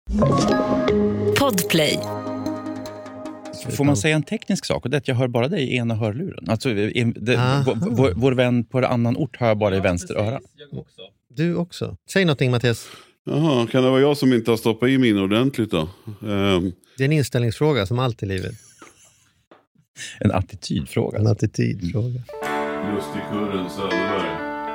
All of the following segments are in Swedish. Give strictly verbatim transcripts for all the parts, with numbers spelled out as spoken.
Podplay. Får man säga en teknisk sak? Och det är att jag hör bara dig i ena hörluren. Alltså, det, vår, vår vän på en annan ort hör jag bara i vänster öra. Du också. Säg någonting, Mattias. Jaha, kan det vara jag som inte har stoppat i min ordentligt då? Um. Det är en inställningsfråga som allt i livet. En attitydfråga. En attitydfråga. Lustigkurren Söderberg.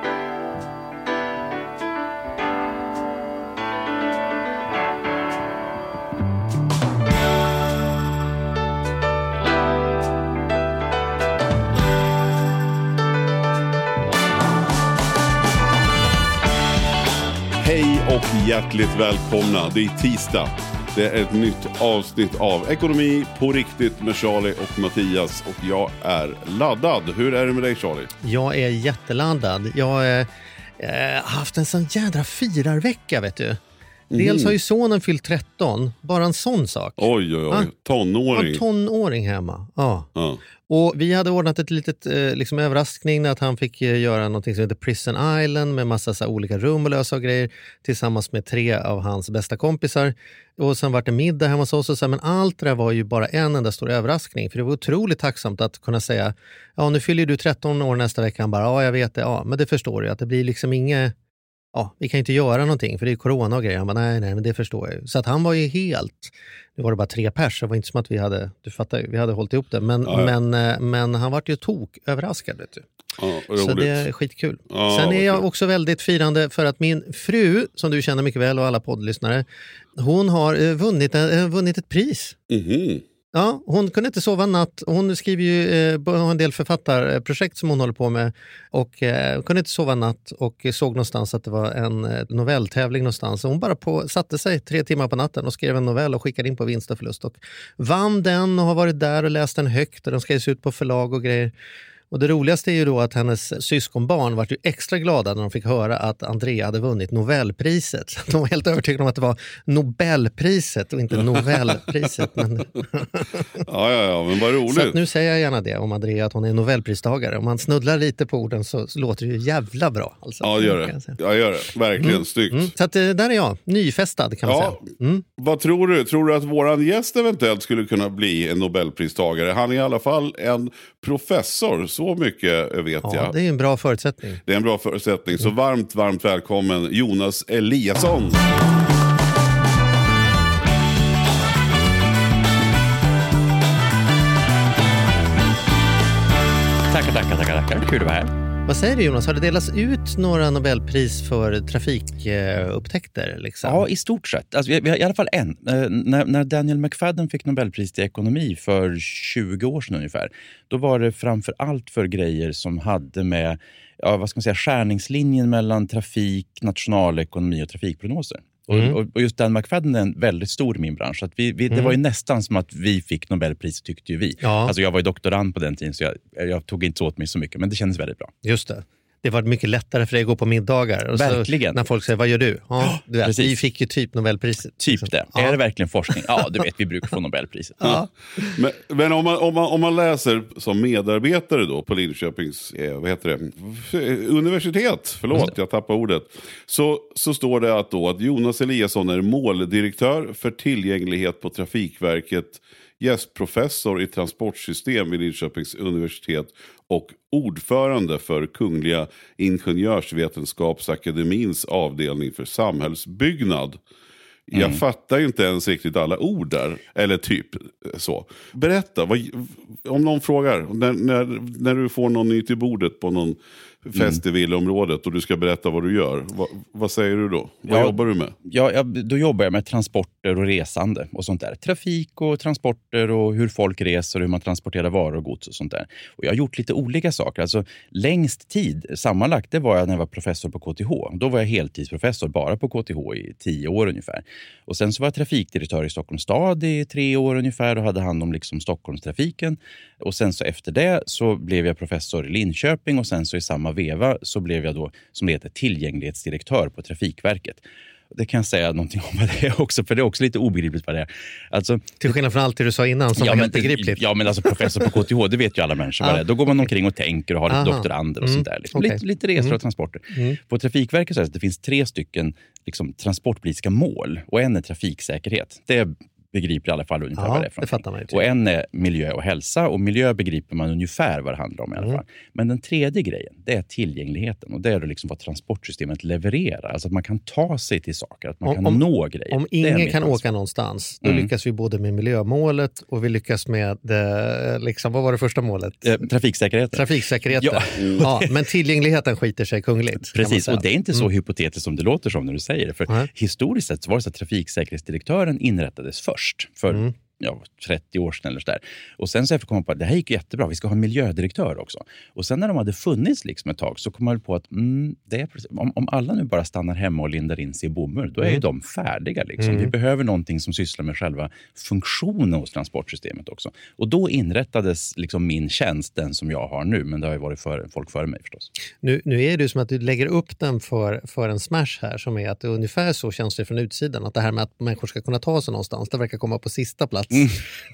Hej och hjärtligt välkomna. Det är tisdag. Det är ett nytt avsnitt av Ekonomi på riktigt med Charlie och Mattias. Och jag är laddad. Hur är det med dig, Charlie? Jag är jätteladdad. Jag har äh, haft en sån jädra firarvecka, vet du. Dels mm. har ju sonen fyllt tretton. Bara en sån sak. Oj, oj, oj. Ah, tonåring. Ja, tonåring hemma. Ja. Ah. Och vi hade ordnat ett litet eh, liksom överraskning att han fick eh, göra något som heter Prison Island med massa så här, olika rum och lösa och grejer tillsammans med tre av hans bästa kompisar. Och sen var det middag hemma hos oss och så här, men allt det där var ju bara en enda stor överraskning. För det var otroligt tacksamt att kunna säga, ja nu fyller du tretton år nästa vecka. Han bara, ja jag vet det, ja men det förstår du att det blir liksom inget, ja vi kan inte göra någonting för det är corona och grejer. Han bara, nej nej men det förstår jag ju. Så att han var ju helt, nu var det bara tre pers, det var inte som att vi hade, du fattar ju, vi hade hållit ihop det. Men, ja, ja. men, men han var ju tok överraskad, vet du. Ja, så det är skitkul. Ja, sen är jag kul. också väldigt firande för att min fru, som du känner mycket väl och alla poddlyssnare, hon har vunnit, vunnit ett pris. Mhm. Ja, hon kunde inte sova en natt. Hon skriver ju eh, en del författarprojekt som hon håller på med. Och eh, kunde inte sova en natt och såg någonstans att det var en eh, novelltävling någonstans. Och hon bara på, satte sig tre timmar på natten och skrev en novell och skickade in på vinst och förlust. Och vann den och har varit där och läst den högt. Och de ska ut på förlag och grejer. Och det roligaste är ju då att hennes syskonbarn var ju extra glada när de fick höra att Andrea hade vunnit Nobelpriset. De var helt övertygade om att det var Nobelpriset och inte Nobelpriset. Men... ja, ja, ja, men vad roligt. Så att nu säger jag gärna det om Andrea, att hon är Nobelpristagare. Om man snuddlar lite på orden så, så låter det ju jävla bra. Alltså. Ja, det gör det. Ja, gör det. Verkligen mm. styggt. Mm. Så att, där är jag, nyfestad kan man ja. säga. Mm. Vad tror du? Tror du att våran gäst eventuellt skulle kunna bli en Nobelpristagare? Han är i alla fall en professor, så mycket vet ja, jag. Det är en bra förutsättning. Det är en bra förutsättning. Så varmt, varmt välkommen Jonas Eliasson. Tackar, tackar, tackar, tackar. Kul att vara här. Vad säger du, Jonas? Har det delats ut några Nobelpris för trafikupptäckter? Liksom? Ja, i stort sett. Alltså, vi, vi har i alla fall en. Eh, när, när Daniel McFadden fick Nobelpris i ekonomi för tjugo år sedan ungefär, då var det framför allt för grejer som hade med, ja, vad ska man säga, skärningslinjen mellan trafik, nationalekonomi och trafikprognoser. Mm. Och, och just Dan McFadden är en väldigt stor i min bransch. Så att vi, vi, mm. Det var ju nästan som att vi fick Nobelpris, tyckte ju vi. Ja. Alltså jag var ju doktorand på den tiden så jag, jag tog inte åt mig så mycket. Men det kändes väldigt bra. Just det. Det var mycket lättare för dig att gå på middagar. Och verkligen. Så, när folk säger, vad gör du? Ja, du vet, vi fick ju typ Nobelpriset. Typ det. Ja. Är det verkligen forskning? Ja, du vet, vi brukar få Nobelpriset. Ja. Men, men om, man, om, man, om man läser som medarbetare då på Linköpings eh, vad heter det? universitet, förlåt, jag tappar ordet. Så, så står det att, då, att Jonas Eliasson är måldirektör för tillgänglighet på Trafikverket, gästprofessor i transportsystem vid Linköpings universitet och ordförande för Kungliga Ingenjörsvetenskapsakademins avdelning för samhällsbyggnad. Jag mm. fattar ju inte ens riktigt alla ord där. Eller typ så. Berätta, vad, om någon frågar, när, när, när du får någon ny till bordet på någon fest i villaområdet och du ska berätta vad du gör. Va, vad säger du då? Vad ja, jobbar du med? Ja, ja, då jobbar jag med transporter och resande och sånt där. Trafik och transporter och hur folk reser och hur man transporterar varor och gods och sånt där. Och jag har gjort lite olika saker. Alltså längst tid, sammanlagt, det var jag när jag var professor på K T H. Då var jag heltidsprofessor bara på K T H i tio år ungefär. Och sen så var jag trafikdirektör i Stockholms stad i tre år ungefär och hade hand om liksom Stockholmstrafiken. Och sen så efter det så blev jag professor i Linköping och sen så i samma veva så blev jag då, som det heter, tillgänglighetsdirektör på Trafikverket. Det kan jag säga någonting om vad det är också, för det är också lite obegripligt vad det är. Alltså, till skillnad från allt det du sa innan som ja, var men, helt begripligt. Ja, men alltså professor på K T H, det vet ju alla människor vad det är. Då går man omkring och tänker och har lite Aha. doktorander och Mm. sånt där. Liksom. Okay. Lite, lite resor mm. och transporter. Mm. På Trafikverket så är det att det finns tre stycken liksom, transportpolitiska mål. Och en är trafiksäkerhet. Det begriper i alla fall ungefär Ja, vad det är för det fattar man ju. Och en är miljö och hälsa. Och miljö begriper man ungefär vad det handlar om i alla fall. Mm. Men den tredje grejen, det är tillgängligheten. Och det är då liksom vad transportsystemet levererar. Alltså att man kan ta sig till saker, att man om, kan om, nå grejer. Om ingen kan åka någonstans, då mm. lyckas vi både med miljömålet och vi lyckas med, det, liksom, vad var det första målet? Eh, trafiksäkerheten. Trafiksäkerheten. Ja. Mm. Ja, men tillgängligheten skiter sig kungligt. Precis, och det är inte så mm. hypotetiskt som det låter som när du säger det. För mm. historiskt sett så var det så att trafiksäkerhetsdirektören inrättades först. För mm. ja, trettio år sedan eller så där. Och sen så kom man på att det här gick jättebra, vi ska ha en miljödirektör också. Och sen när de hade funnits liksom ett tag så kom man på att mm, det är precis, om, om alla nu bara stannar hemma och lindar in sig i bomull, då är mm. ju de färdiga. Liksom. Mm. Vi behöver någonting som sysslar med själva funktionen hos transportsystemet också. Och då inrättades liksom min tjänst, den som jag har nu, men det har ju varit för, folk före mig förstås. Nu, nu är det ju som att du lägger upp den för, för en smash här, som är att det ungefär så känns det från utsidan, att det här med att människor ska kunna ta sig någonstans, det verkar komma på sista plats. Mm.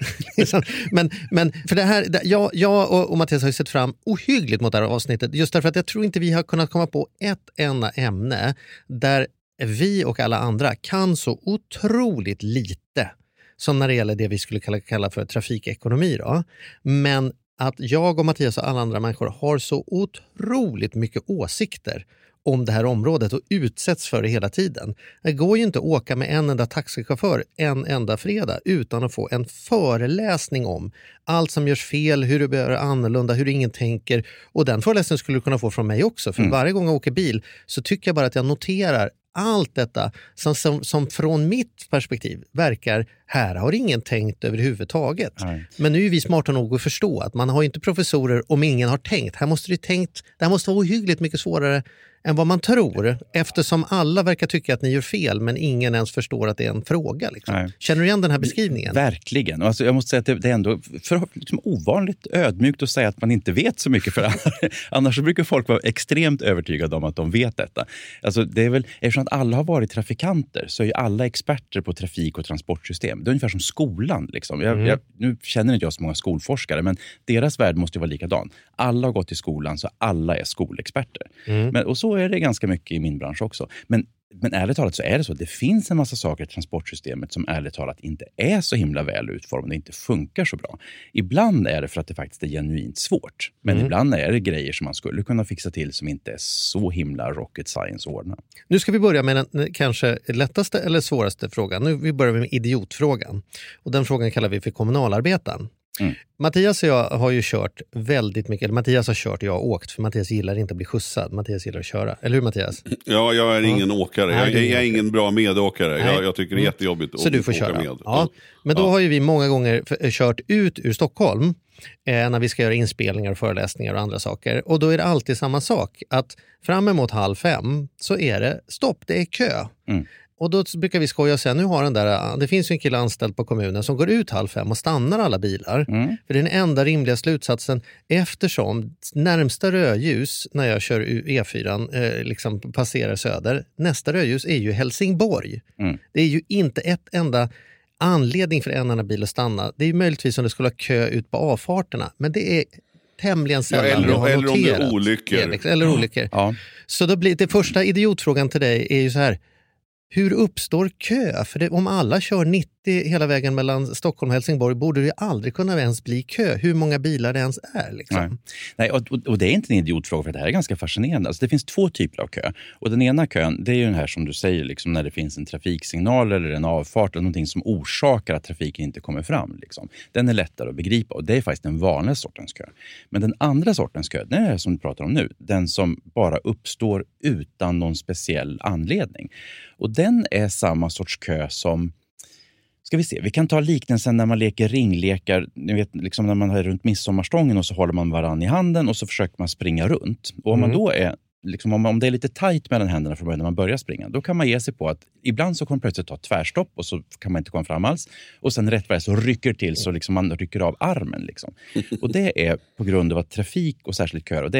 men, men för det här, jag, jag och, och Mattias har ju sett fram ohyggligt mot det här avsnittet, just därför att jag tror inte vi har kunnat komma på ett enda ämne där vi och alla andra kan så otroligt lite som när det gäller det vi skulle kalla, kalla för trafikekonomi då. Men att jag och Mattias och alla andra människor har så otroligt mycket åsikter om det här området och utsätts för det hela tiden. Det går ju inte att åka med en enda taxichaufför en enda fredag utan att få en föreläsning om allt som görs fel, hur du bör göra annorlunda, hur ingen tänker. Och den föreläsningen skulle du kunna få från mig också. För mm. varje gång jag åker bil så tycker jag bara att jag noterar allt detta som, som, som från mitt perspektiv verkar, här har ingen tänkt överhuvudtaget. Nej. Men nu är vi smarta nog att förstå att man har ju inte professorer om ingen har tänkt. Här måste du tänkt, det här måste vara ohyggligt mycket svårare än vad man tror, eftersom alla verkar tycka att ni gör fel men ingen ens förstår att det är en fråga. Liksom. Känner du igen den här beskrivningen? Verkligen. Alltså, jag måste säga att det, det är ändå för, liksom, ovanligt ödmjukt att säga att man inte vet så mycket, för annars så brukar folk vara extremt övertygade om att de vet detta. Alltså, det är väl, eftersom att alla har varit trafikanter så är ju alla experter på trafik- och transportsystem. Det är ungefär som skolan. Liksom. Jag, mm. jag, nu känner inte jag så många skolforskare, men deras värld måste ju vara likadan. Alla har gått i skolan så alla är skolexperter. Mm. Men, och så är det ganska mycket i min bransch också. Men, men ärligt talat så är det så. Det finns en massa saker i transportsystemet som ärligt talat inte är så himla väl utformade. Inte funkar så bra. Ibland är det för att det faktiskt är genuint svårt. Men mm. ibland är det grejer som man skulle kunna fixa till som inte är så himla rocket science ordna. Nu ska vi börja med den kanske lättaste eller svåraste frågan. Nu vi börjar med idiotfrågan. Och den frågan kallar vi för kommunalarbetaren. Mm. Mattias och jag har ju kört väldigt mycket, eller Mattias har kört och jag har åkt, för Mattias gillar inte att bli skjutsad, Mattias gillar att köra, eller hur Mattias? Ja, jag är ingen ja. åkare, jag, jag, jag är ingen bra medåkare, jag, jag tycker det är jättejobbigt att åka med. Så du får köra. Med. Ja. Men då ja. har ju vi många gånger för, kört ut ur Stockholm eh, när vi ska göra inspelningar och föreläsningar och andra saker, och då är det alltid samma sak, att fram emot halv fem så är det stopp, det är kö. Mm. Och då brukar vi skoja och säga, nu har den där, det finns ju en kille anställd på kommunen som går ut halv fem och stannar alla bilar. Mm. För det är den enda rimliga slutsatsen, eftersom närmsta rödljus när jag kör E fyra eh, liksom passerar söder, nästa rödljus är ju Helsingborg. Mm. Det är ju inte ett enda anledning för en annan bil att stanna. Det är ju möjligtvis om det skulle ha kö ut på avfarterna, men det är tämligen sällan ja, eller, jag har eller noterat. Om det är olyckor. Eller, eller olyckor. Ja. Så då blir det första idiotfrågan till dig är ju så här: hur uppstår kö? För det, om alla kör nittio hela vägen mellan Stockholm och Helsingborg borde det ju aldrig kunna ens bli kö. Hur många bilar det ens är. Liksom. Nej, Nej och, och det är inte en idiotfråga, för det här är ganska fascinerande. Alltså, det finns två typer av kö. Och den ena kön, det är ju den här som du säger, liksom, när det finns en trafiksignal eller en avfart eller någonting som orsakar att trafiken inte kommer fram. Liksom. Den är lättare att begripa och det är faktiskt den vanliga sortens kö. Men den andra sortens kö, den är det som du pratar om nu. Den som bara uppstår utan någon speciell anledning. Och den är samma sorts kö som, ska vi se, vi kan ta liknelsen när man leker ringlekar, ni vet, liksom när man är runt midsommarstången och så håller man varann i handen och så försöker man springa runt. Och om man då är, liksom, om, om det är lite tajt mellan händerna från början när man börjar springa, då kan man ge sig på att ibland så kommer plötsligt ta tvärstopp och så kan man inte komma fram alls. Och sen rätt vad det är så rycker till så liksom man rycker av armen. Liksom. Och det är på grund av att trafik och särskilt köer, och det är liksom ett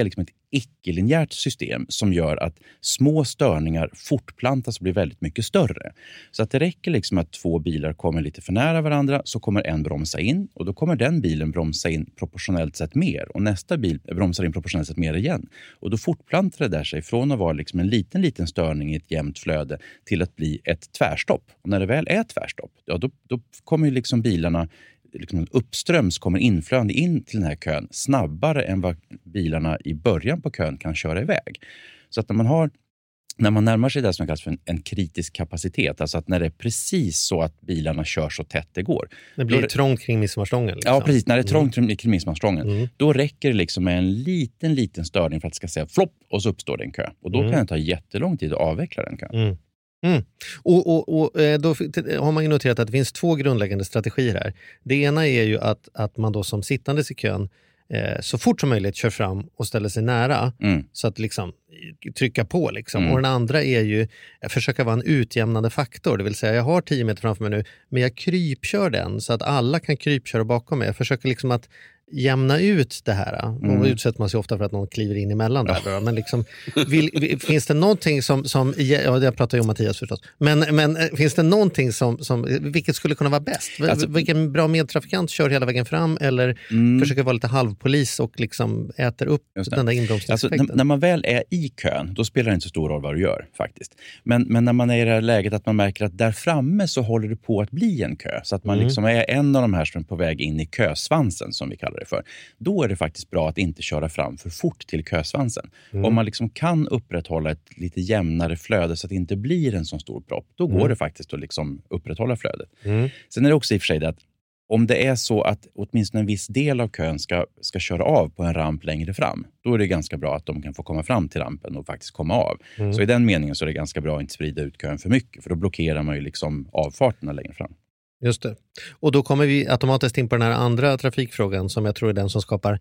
icke-linjärt system som gör att små störningar fortplantas och blir väldigt mycket större. Så att det räcker liksom att två bilar kommer lite för nära varandra, så kommer en bromsa in och då kommer den bilen bromsa in proportionellt sett mer och nästa bil bromsar in proportionellt sett mer igen. Och då fortplantar det där sig från att vara liksom en liten, liten störning i ett jämnt flöde till att bli ett tvärstopp. Och när det väl är tvärstopp, ja, då, då kommer ju liksom bilarna liksom uppströms kommer inflöende in till den här kön snabbare än vad bilarna i början på kön kan köra iväg. Så att när man har när man närmar sig det som kallas för en, en kritisk kapacitet, alltså att när det är precis så att bilarna kör så tätt det går. Det blir då, trångt kring midsommarstången. Liksom. Ja, precis. När det är trångt mm. kring midsommarstången, mm. då räcker det liksom med en liten, liten störning för att det ska säga flopp och så uppstår det en kö. Och då mm. kan det ta jättelång tid att avveckla den kön. Mm. Mm. Och, och, och då har man ju noterat att det finns två grundläggande strategier här. Det ena är ju att, att man då som sittandes i kön eh, så fort som möjligt kör fram och ställer sig nära mm. så att liksom trycka på liksom. Mm. Och den andra är ju att försöka vara en utjämnande faktor, det vill säga jag har tio meter framför mig nu men jag krypkör den så att alla kan krypköra bakom mig. Jag försöker liksom att jämna ut det här. Mm. Och utsätter man sig ofta för att någon kliver in emellan där. Ja. Men liksom, vill, vill, finns det någonting som, som ja, jag pratar ju om Mattias förstås, men, men finns det någonting som, som, vilket skulle kunna vara bäst? Alltså, vilken bra medtrafikant kör hela vägen fram eller mm. försöker vara lite halvpolis och liksom äter upp den där inbromsningseffekten? Alltså, när, när man väl är i kön, då spelar det inte så stor roll vad du gör faktiskt. Men, men när man är i det här läget att man märker att där framme så håller det på att bli en kö. Så att man mm. liksom är en av de här som är på väg in i kösvansen som vi kallar det för. Då är det faktiskt bra att inte köra fram för fort till kösvansen. Mm. Om man liksom kan upprätthålla ett lite jämnare flöde så att det inte blir en så stor propp, då går mm. det faktiskt att liksom upprätthålla flödet. Mm. Sen är det också i och för sig det att om det är så att åtminstone en viss del av kön ska, ska köra av på en ramp längre fram, då är det ganska bra att de kan få komma fram till rampen och faktiskt komma av. Mm. Så i den meningen så är det ganska bra att inte sprida ut kön för mycket, för då blockerar man ju liksom avfarterna längre fram. Just det. Och då kommer vi automatiskt in på den här andra trafikfrågan som jag tror är den som skapar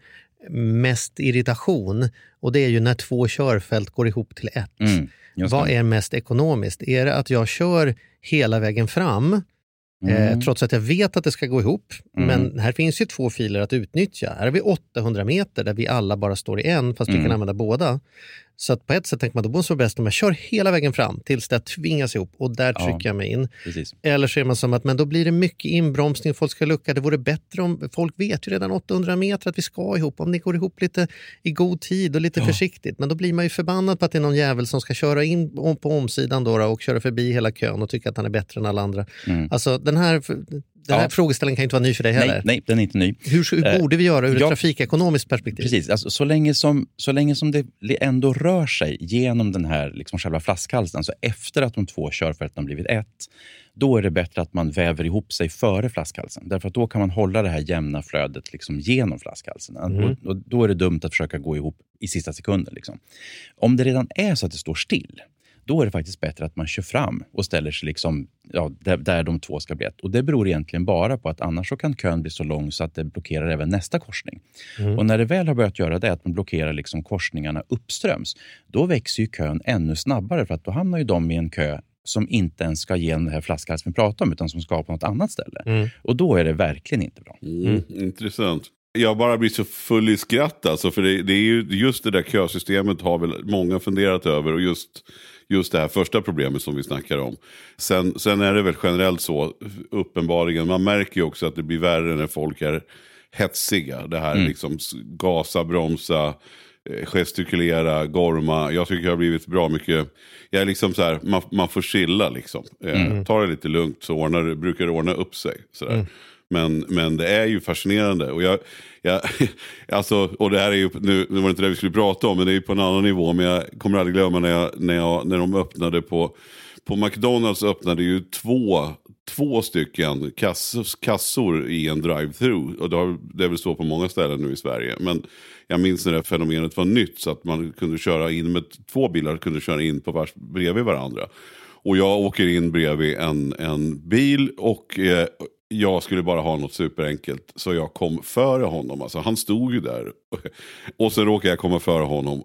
mest irritation. Och det är ju när två körfält går ihop till ett. Mm, Vad är mest ekonomiskt? Är det att jag kör hela vägen fram mm. eh, trots att jag vet att det ska gå ihop? Mm. Men här finns ju två filer att utnyttja. Här har vi åttahundra meter där vi alla bara står i en fast mm. vi kan använda båda. Så att på ett sätt tänker man då måste det vara bäst om jag kör hela vägen fram tills det tvingas ihop och där trycker ja, jag mig in. Precis. Eller så är man som att men då blir det mycket inbromsning, folk ska lucka. Det vore bättre om folk vet ju redan åttahundra meter att vi ska ihop. Om ni går ihop lite i god tid och lite ja. försiktigt. Men då blir man ju förbannad på att det är någon jävel som ska köra in på omsidan då och köra förbi hela kön och tycka att han är bättre än alla andra. Mm. Alltså den här... Den här ja. frågeställningen kan ju inte vara ny för dig heller. Nej, nej, den är inte ny. Hur, hur borde vi göra ur ett ja, trafikekonomiskt perspektiv? Precis, alltså, så, länge som, så länge som det ändå rör sig genom den här liksom, själva flaskhalsen, så efter att de två körfälten har blivit ett, då är det bättre att man väver ihop sig före flaskhalsen. Därför att då kan man hålla det här jämna flödet liksom, genom flaskhalsen. Mm. Och, och då är det dumt att försöka gå ihop i sista sekunden. Liksom. Om det redan är så att det står still, då är det faktiskt bättre att man kör fram och ställer sig liksom, ja, där, där de två ska bli ett. Och det beror egentligen bara på att annars så kan kön bli så lång så att det blockerar även nästa korsning. Mm. Och när det väl har börjat göra det, att man blockerar liksom korsningarna uppströms, då växer ju kön ännu snabbare, för att då hamnar ju de i en kö som inte ens ska ge den här flaskhalsen vi pratar om, utan som ska på något annat ställe. Mm. Och då är det verkligen inte bra. Mm. Mm. Intressant. Jag bara blir så full i skratt alltså, för det, det är ju just det där kösystemet har väl många funderat över, och just Just det här första problemet som vi snackar om. Sen, sen är det väl generellt så, uppenbarligen. Man märker ju också att det blir värre när folk är hetsiga. Det här mm. liksom gasa, bromsa, gestikulera, gorma. Jag tycker jag har blivit bra mycket. Jag är liksom så här, man, man får chilla liksom. Mm. Ta det lite lugnt så ordnar det, brukar det ordna upp sig. Sådär. Mm. Men, men det är ju fascinerande. Och jag, jag, alltså, och det här är ju, nu, nu var det inte det vi skulle prata om, men det är ju på en annan nivå. Men jag kommer aldrig glömma när, jag, när, jag, när de öppnade på, på McDonalds öppnade ju två, två stycken kass, kassor i en drive-thru. Och det, har, det är väl så på många ställen nu i Sverige. Men jag minns när det fenomenet var nytt, så att man kunde köra in med två bilar, kunde köra in på vars, bredvid varandra. Och jag åker in bredvid en, en bil och... Eh, jag skulle bara ha något superenkelt, så jag kom före honom. Alltså han stod ju där. Och så råkade jag komma före honom.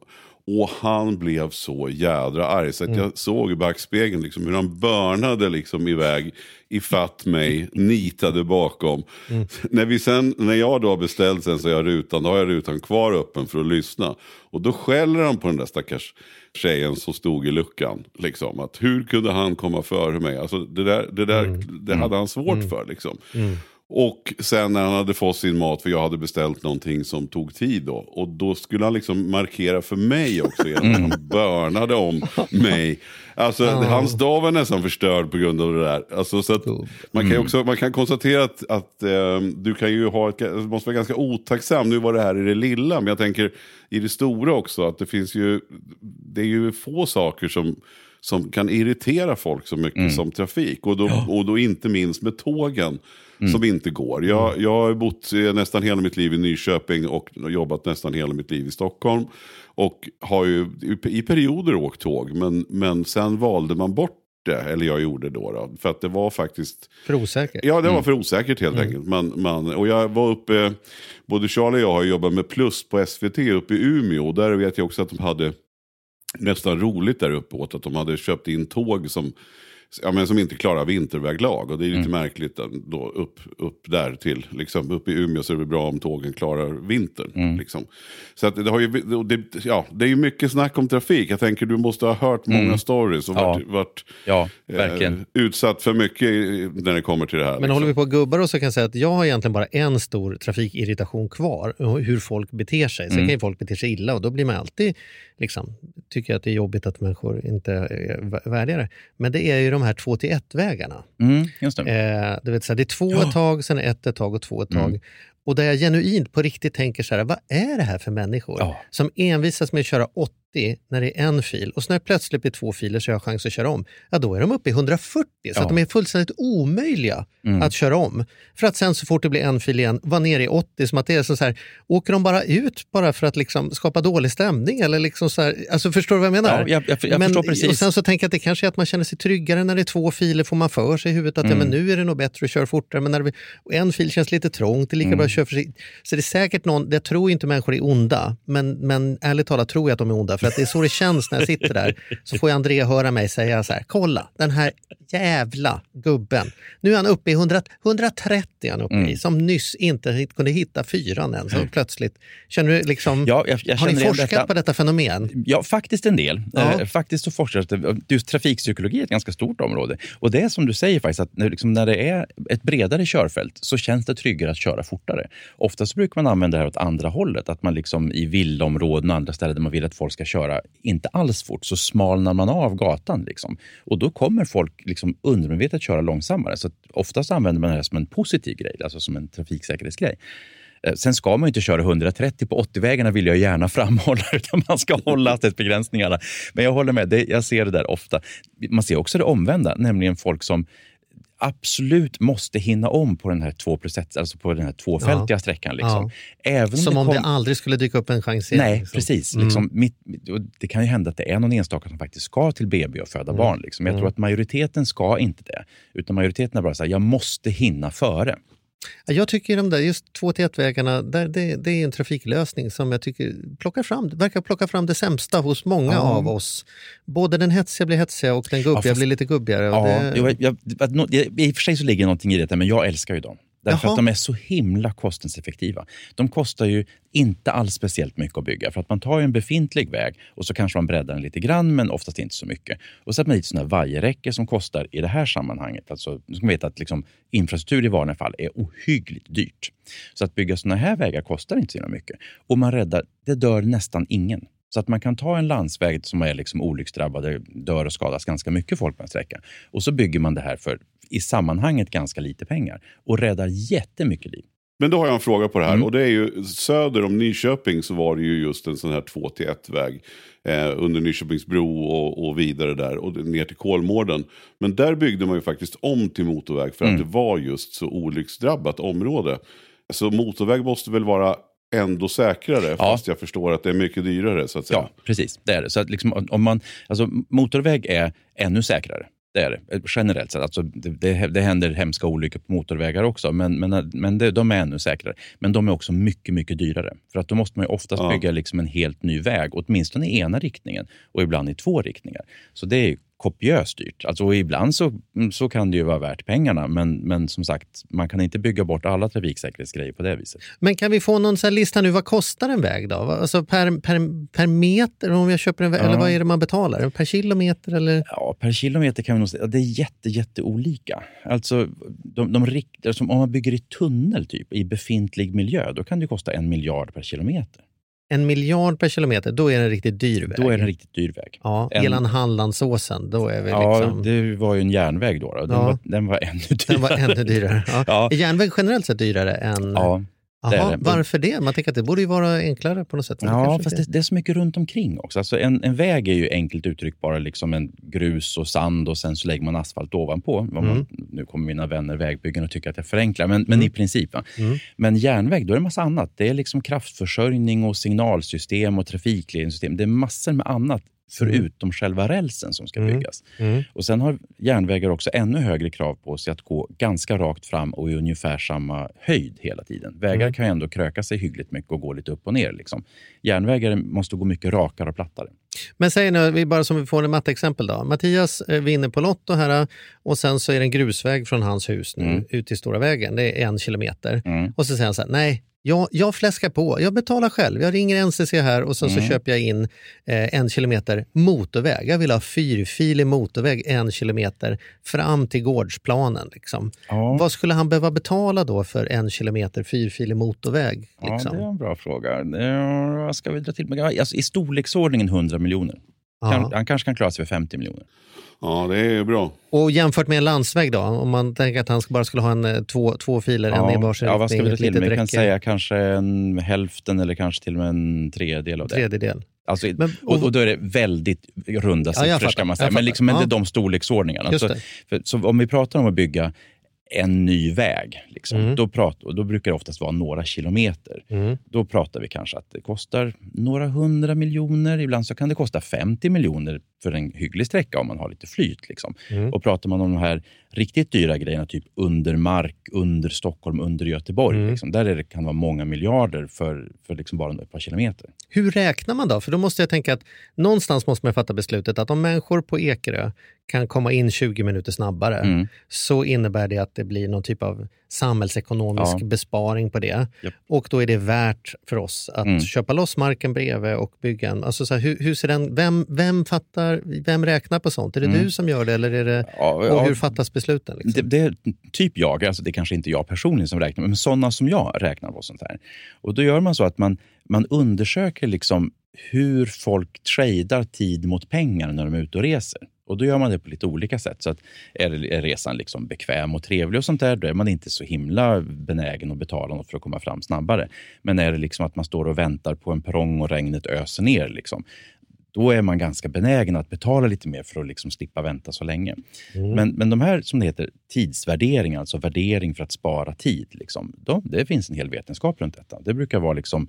Och han blev så jädra arg så att mm. jag såg i backspegeln liksom hur han börnade liksom iväg ifatt mig, nitade bakom. Mm. När, vi sen, när jag då har beställt sen så jag rutan, då har jag rutan kvar öppen för att lyssna. Och då skäller han på den där stackars tjejen som stod i luckan. Liksom, att hur kunde han komma före mig? Alltså det där, det där mm. det hade han svårt mm. för liksom. Mm. Och sen när han hade fått sin mat, för jag hade beställt någonting som tog tid då. Och då skulle han liksom markera för mig också genom att han börnade om mig. Alltså oh. hans dag var nästan förstörd på grund av det där. Alltså, så att man kan ju också, man kan konstatera att, att eh, du kan ju ha ett, du måste vara ganska otacksam. Nu var det här i det lilla, men jag tänker i det stora också. Att det finns ju, det är ju få saker som... som kan irritera folk så mycket mm. som trafik. Och då, ja. och då inte minst med tågen mm. som inte går. Jag, jag har bott nästan hela mitt liv i Nyköping och jobbat nästan hela mitt liv i Stockholm. Och har ju i perioder åkt tåg. Men, men sen valde man bort det, eller jag gjorde då, då. För att det var faktiskt... För osäkert. Ja, det var för osäkert helt mm. enkelt. Man, man, och jag var uppe, både Charlie och jag har jobbat med Plus på S V T uppe i Umeå. Och där vet jag också att de hade... nästan roligt där uppe åt att de hade köpt in tåg som, ja, men som inte klarar vinterväglag. Och det är lite mm. märkligt då upp, upp där till, liksom upp i Umeå så är det bra om tågen klarar vintern. Mm. Liksom. Så att det, har ju, det, ja, det är ju mycket snack om trafik. Jag tänker du måste ha hört många mm. stories och varit, ja. varit ja, verkligen. Eh, utsatt för mycket när det kommer till det här. Men liksom. Håller vi på gubbar och så kan jag säga att jag har egentligen bara en stor trafikirritation kvar. Hur folk beter sig. Sen mm. kan ju folk bete sig illa och då blir man alltid liksom, tycker att det är jobbigt att människor inte är värdigare. Men det är ju de här två till ett-vägarna. Mm, just det. Eh, det, vet, så här, det är två ja. ett tag, sen ett ett tag och två ett tag. Mm. Och där jag genuint på riktigt tänker så här, vad är det här för människor ja. som envisas med att köra åttio när det är en fil och så när det plötsligt blir två filer så jag har chans att köra om. Ja, då är de uppe i hundrafyrtio ja. så att de är fullständigt omöjliga mm. att köra om. För att sen så fort det blir en fil igen vara ner i åttio som att det är så här, åker de bara ut bara för att liksom skapa dålig stämning eller liksom så här, alltså förstår du vad jag menar? Ja, jag, jag, jag men, förstår precis. Och sen så tänker jag att det kanske är att man känner sig tryggare när det är två filer får man för sig i huvudet att mm. ja, men nu är det nog bättre att köra fortare men när det, en fil känns lite trångt, det är lika mm. bra att köra för sig. Så det är säkert någon, jag tror inte människor är onda men, men ärligt talat tror jag att de är onda för att det är så det känns när jag sitter där så får jag André höra mig säga så här, kolla den här jävla gubben, nu är han uppe i hundra, hundratrettio han uppe mm. i, som nyss inte kunde hitta fyran än så mm. plötsligt, känner du liksom ja, jag, jag har ni forskat detta. på detta fenomen? Ja, faktiskt en del. Ja. Eh, faktiskt så forskar det, just trafikpsykologi är ett ganska stort område och det är som du säger faktiskt att när, liksom, när det är ett bredare körfält så känns det tryggare att köra fortare. Ofta så brukar man använda det här åt andra hållet, att man liksom i villaområden och andra ställen där man vill att folk ska köra inte alls fort, så smalnar man av gatan liksom. Och då kommer folk liksom undermedvetet köra långsammare. Så oftast använder man det här som en positiv grej, alltså som en trafiksäkerhetsgrej. Sen ska man ju inte köra hundratrettio på åttio-vägarna vill jag gärna framhålla, utan man ska hålla hastighetsbegränsningarna. Men jag håller med, det, jag ser det där ofta. Man ser också det omvända, nämligen folk som absolut måste hinna om på den här två plus ett, alltså på den här tvåfältiga ja. sträckan. Liksom. Ja. Även som om det, om kom... det aldrig skulle dyka upp en chans. Nej, liksom. precis. Mm. Liksom, mitt, det kan ju hända att det är någon enstaka som faktiskt ska till B B och föda mm. barn. Liksom. Jag mm. tror att majoriteten ska inte det. Utan majoriteten är bara så här, jag måste hinna före. Jag tycker de där just två till ett-vägarna, där det, det är en trafiklösning som jag tycker plockar fram, verkar plocka fram det sämsta hos många ja. av oss. Både den hetsiga blir hetsiga och den gubbiga ja, fast, blir lite gubbigare. Och ja, det... jag, jag, jag, I och för sig så ligger någonting i det, men jag älskar ju dem. Därför Jaha. att de är så himla kostnadseffektiva. De kostar ju inte alls speciellt mycket att bygga. För att man tar ju en befintlig väg och så kanske man breddar den lite grann, men oftast inte så mycket. Och så att man lite sådana vajerräcker som kostar i det här sammanhanget. Alltså, nu ska man veta att liksom, infrastruktur i vanliga fall är ohyggligt dyrt. Så att bygga sådana här vägar kostar inte så mycket. Och man räddar, det dör nästan ingen. Så att man kan ta en landsväg som är liksom olycksdrabbade, dör och skadas ganska mycket folk på en sträcka. Och så bygger man det här för i sammanhanget ganska lite pengar. Och räddar jättemycket liv. Men då har jag en fråga på det här. Mm. Och det är ju söder om Nyköping så var det ju just en sån här två till ett-väg. Eh, under Nyköpingsbro och, och vidare där. Och ner till Kolmården. Men där byggde man ju faktiskt om till motorväg. För mm. att det var just så olycksdrabbat område. Så motorväg måste väl vara ändå säkrare, ja. fast jag förstår att det är mycket dyrare så att säga. Ja, precis. Det är det. Så att liksom, om man, alltså, motorväg är ännu säkrare. Det är det, generellt sett. Alltså, det, det, det händer hemska olyckor på motorvägar också, men, men, men det, de är ännu säkrare. Men de är också mycket, mycket dyrare. För att då måste man ju oftast ja. bygga liksom en helt ny väg, åtminstone i ena riktningen och ibland i två riktningar. Så det är kopiöst dyrt. Alltså, och ibland så, så kan det ju vara värt pengarna, men, men som sagt, man kan inte bygga bort alla trafiksäkerhetsgrejer på det viset. Men kan vi få någon så här lista nu, vad kostar en väg då? Alltså per, per, per meter om jag köper en väg, ja. eller vad är det man betalar? Per kilometer eller? Ja, per kilometer kan vi nog säga, det är jätte, jätte olika. Alltså, de, de riktar, som om man bygger i tunnel typ, i befintlig miljö, då kan det kosta en miljard per kilometer. En miljard per kilometer, då är det en riktigt dyr väg. Då är det en riktigt dyr väg. Ja, en... hela Hallandsåsen, då är vi ja, liksom... Ja, det var ju en järnväg då. då. Den, ja. var, den var ännu dyrare. Den var ännu dyrare. Ja. Ja. Är järnväg generellt sett dyrare än... Ja. Aha, varför det? Man tänker att det borde ju vara enklare på något sätt. Ja, fast det, det är så mycket runt omkring också. Alltså en, en väg är ju enkelt uttryckt bara liksom en grus och sand och sen så lägger man asfalt ovanpå. Mm. Man, nu kommer mina vänner vägbyggen och tycker att jag förenklar, men, men mm. i princip. Va? Mm. Men järnväg, då är det en massa annat. Det är liksom kraftförsörjning och signalsystem och trafikledningssystem. Det är massor med annat. Förutom mm. själva rälsen som ska mm. byggas. Mm. Och sen har järnvägar också ännu högre krav på sig att gå ganska rakt fram och i ungefär samma höjd hela tiden. Vägar mm. kan ju ändå kröka sig hyggligt mycket och gå lite upp och ner. Liksom. Järnvägar måste gå mycket rakare och plattare. Men säg nu, vi bara som vi får en matteexempel då. Mattias vinner på Lotto här och sen så är det en grusväg från hans hus nu mm. ut till Stora vägen. Det är en kilometer. Mm. Och så säger han så här, nej. Jag, jag fläskar på, jag betalar själv. Jag ringer N C C här och så, mm. så köper jag in eh, en kilometer motorväg. Jag vill ha fyrfilig motorväg en kilometer fram till gårdsplanen. Liksom. Ja. Vad skulle han behöva betala då för en kilometer fyrfilig motorväg? Liksom? Ja, det är en bra fråga. Ja, vad ska vi dra till med? Alltså, i storleksordningen hundra miljoner. Kan, han kanske kan klara sig för femtio miljoner. Ja, det är bra. Och jämfört med en landsväg då, om man tänker att han bara skulle ha en, två, två filer, ja, en i varsin ja, vad ska vi dra till med? Vi kan räcke. säga kanske en hälften eller kanske till och med en tredjedel av det. Tredjedel. Alltså, men, och, och då är det väldigt runda siffror ja, ska man säga. Men liksom ja. inte de storleksordningarna. Alltså, för, så om vi pratar om att bygga en ny väg, liksom, mm. då, pratar, då brukar det oftast vara några kilometer. Mm. Då pratar vi kanske att det kostar några hundra miljoner. Ibland så kan det kosta femtio miljoner för en hygglig sträcka om man har lite flyt. Liksom. Mm. Och pratar man om de här riktigt dyra grejerna, typ under mark, under Stockholm, under Göteborg. Mm. Liksom, där är det, kan vara många miljarder för, för liksom bara ett par kilometer. Hur räknar man då? För då måste jag tänka att någonstans måste man fatta beslutet att om människor på Ekerö kan komma in tjugo minuter snabbare mm. så innebär det att det blir någon typ av samhällsekonomisk ja. besparing på det. Yep. Och då är det värt för oss att mm. köpa loss marken bredvid och bygga en. Alltså så här, hur, hur ser den, vem, vem fattar, vem räknar på sånt? Är det mm. du som gör det eller är det, ja, och ja, hur fattas besluten? Liksom? Det, det är typ jag, alltså det är kanske inte jag personligen som räknar, men sådana som jag räknar på sånt här. Och då gör man så att man, man undersöker liksom hur folk tradar tid mot pengar när de är ute och reser. Och då gör man det på lite olika sätt. Så att är resan liksom bekväm och trevlig och sånt där, då är man inte så himla benägen att betala något för att komma fram snabbare. Men är det liksom att man står och väntar på en perrong och regnet öser ner, liksom, då är man ganska benägen att betala lite mer för att liksom slippa vänta så länge. Mm. Men, men de här som det heter tidsvärdering, alltså värdering för att spara tid, liksom, då, det finns en hel vetenskap runt detta. Det brukar vara liksom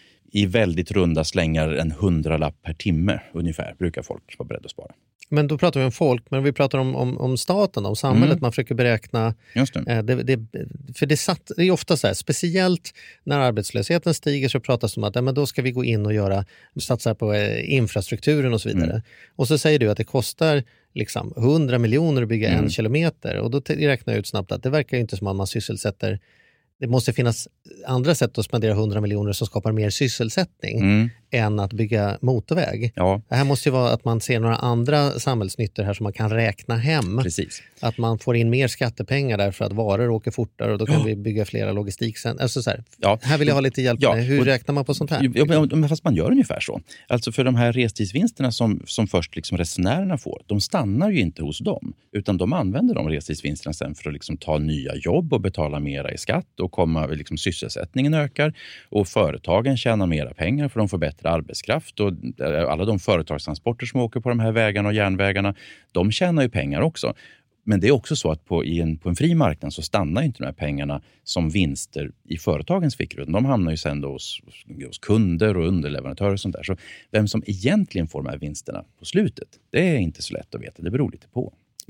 i väldigt runda slängar en hundralapp per timme ungefär brukar folk vara beredda att spara. Men då pratar vi om folk, men vi pratar om, om, om staten, om samhället. Mm. Man försöker beräkna. Just det. Eh, det, det, för det, satt, det är ofta så här, speciellt när arbetslösheten stiger så pratas det om att ja, men då ska vi gå in och göra, satsa på eh, infrastrukturen och så vidare. Mm. Och så säger du att det kostar liksom hundra miljoner att bygga mm. en kilometer. Och då räknar jag ut snabbt att det verkar ju inte som att man sysselsätter. Det måste finnas andra sätt att spendera hundra miljoner som skapar mer sysselsättning mm. än att bygga motorväg. Ja. Det här måste ju vara att man ser några andra samhällsnyttor här som man kan räkna hem. Precis. Att man får in mer skattepengar därför att varor åker fortare och då kan ja. vi bygga flera logistikcentrum. Alltså så här, ja. här vill jag ha lite hjälp ja. med. Hur och, räknar man på sånt här? Ja, men, fast man gör ungefär så. Alltså för de här restidsvinsterna som, som först liksom resenärerna får, de stannar ju inte hos dem. Utan de använder de restidsvinsterna sen för att liksom ta nya jobb och betala mera i skatt och komma, liksom, sysselsättningen ökar och företagen tjänar mera pengar för de får bättre arbetskraft och alla de företagstransporter som åker på de här vägarna och järnvägarna, de tjänar ju pengar också. Men det är också så att på, i en, på en fri marknad så stannar inte de här pengarna som vinster i företagens fickor. De hamnar ju sen då hos, hos kunder och underleverantörer och sånt där. Så vem som egentligen får de här vinsterna på slutet, det är inte så lätt att veta. Det beror lite på.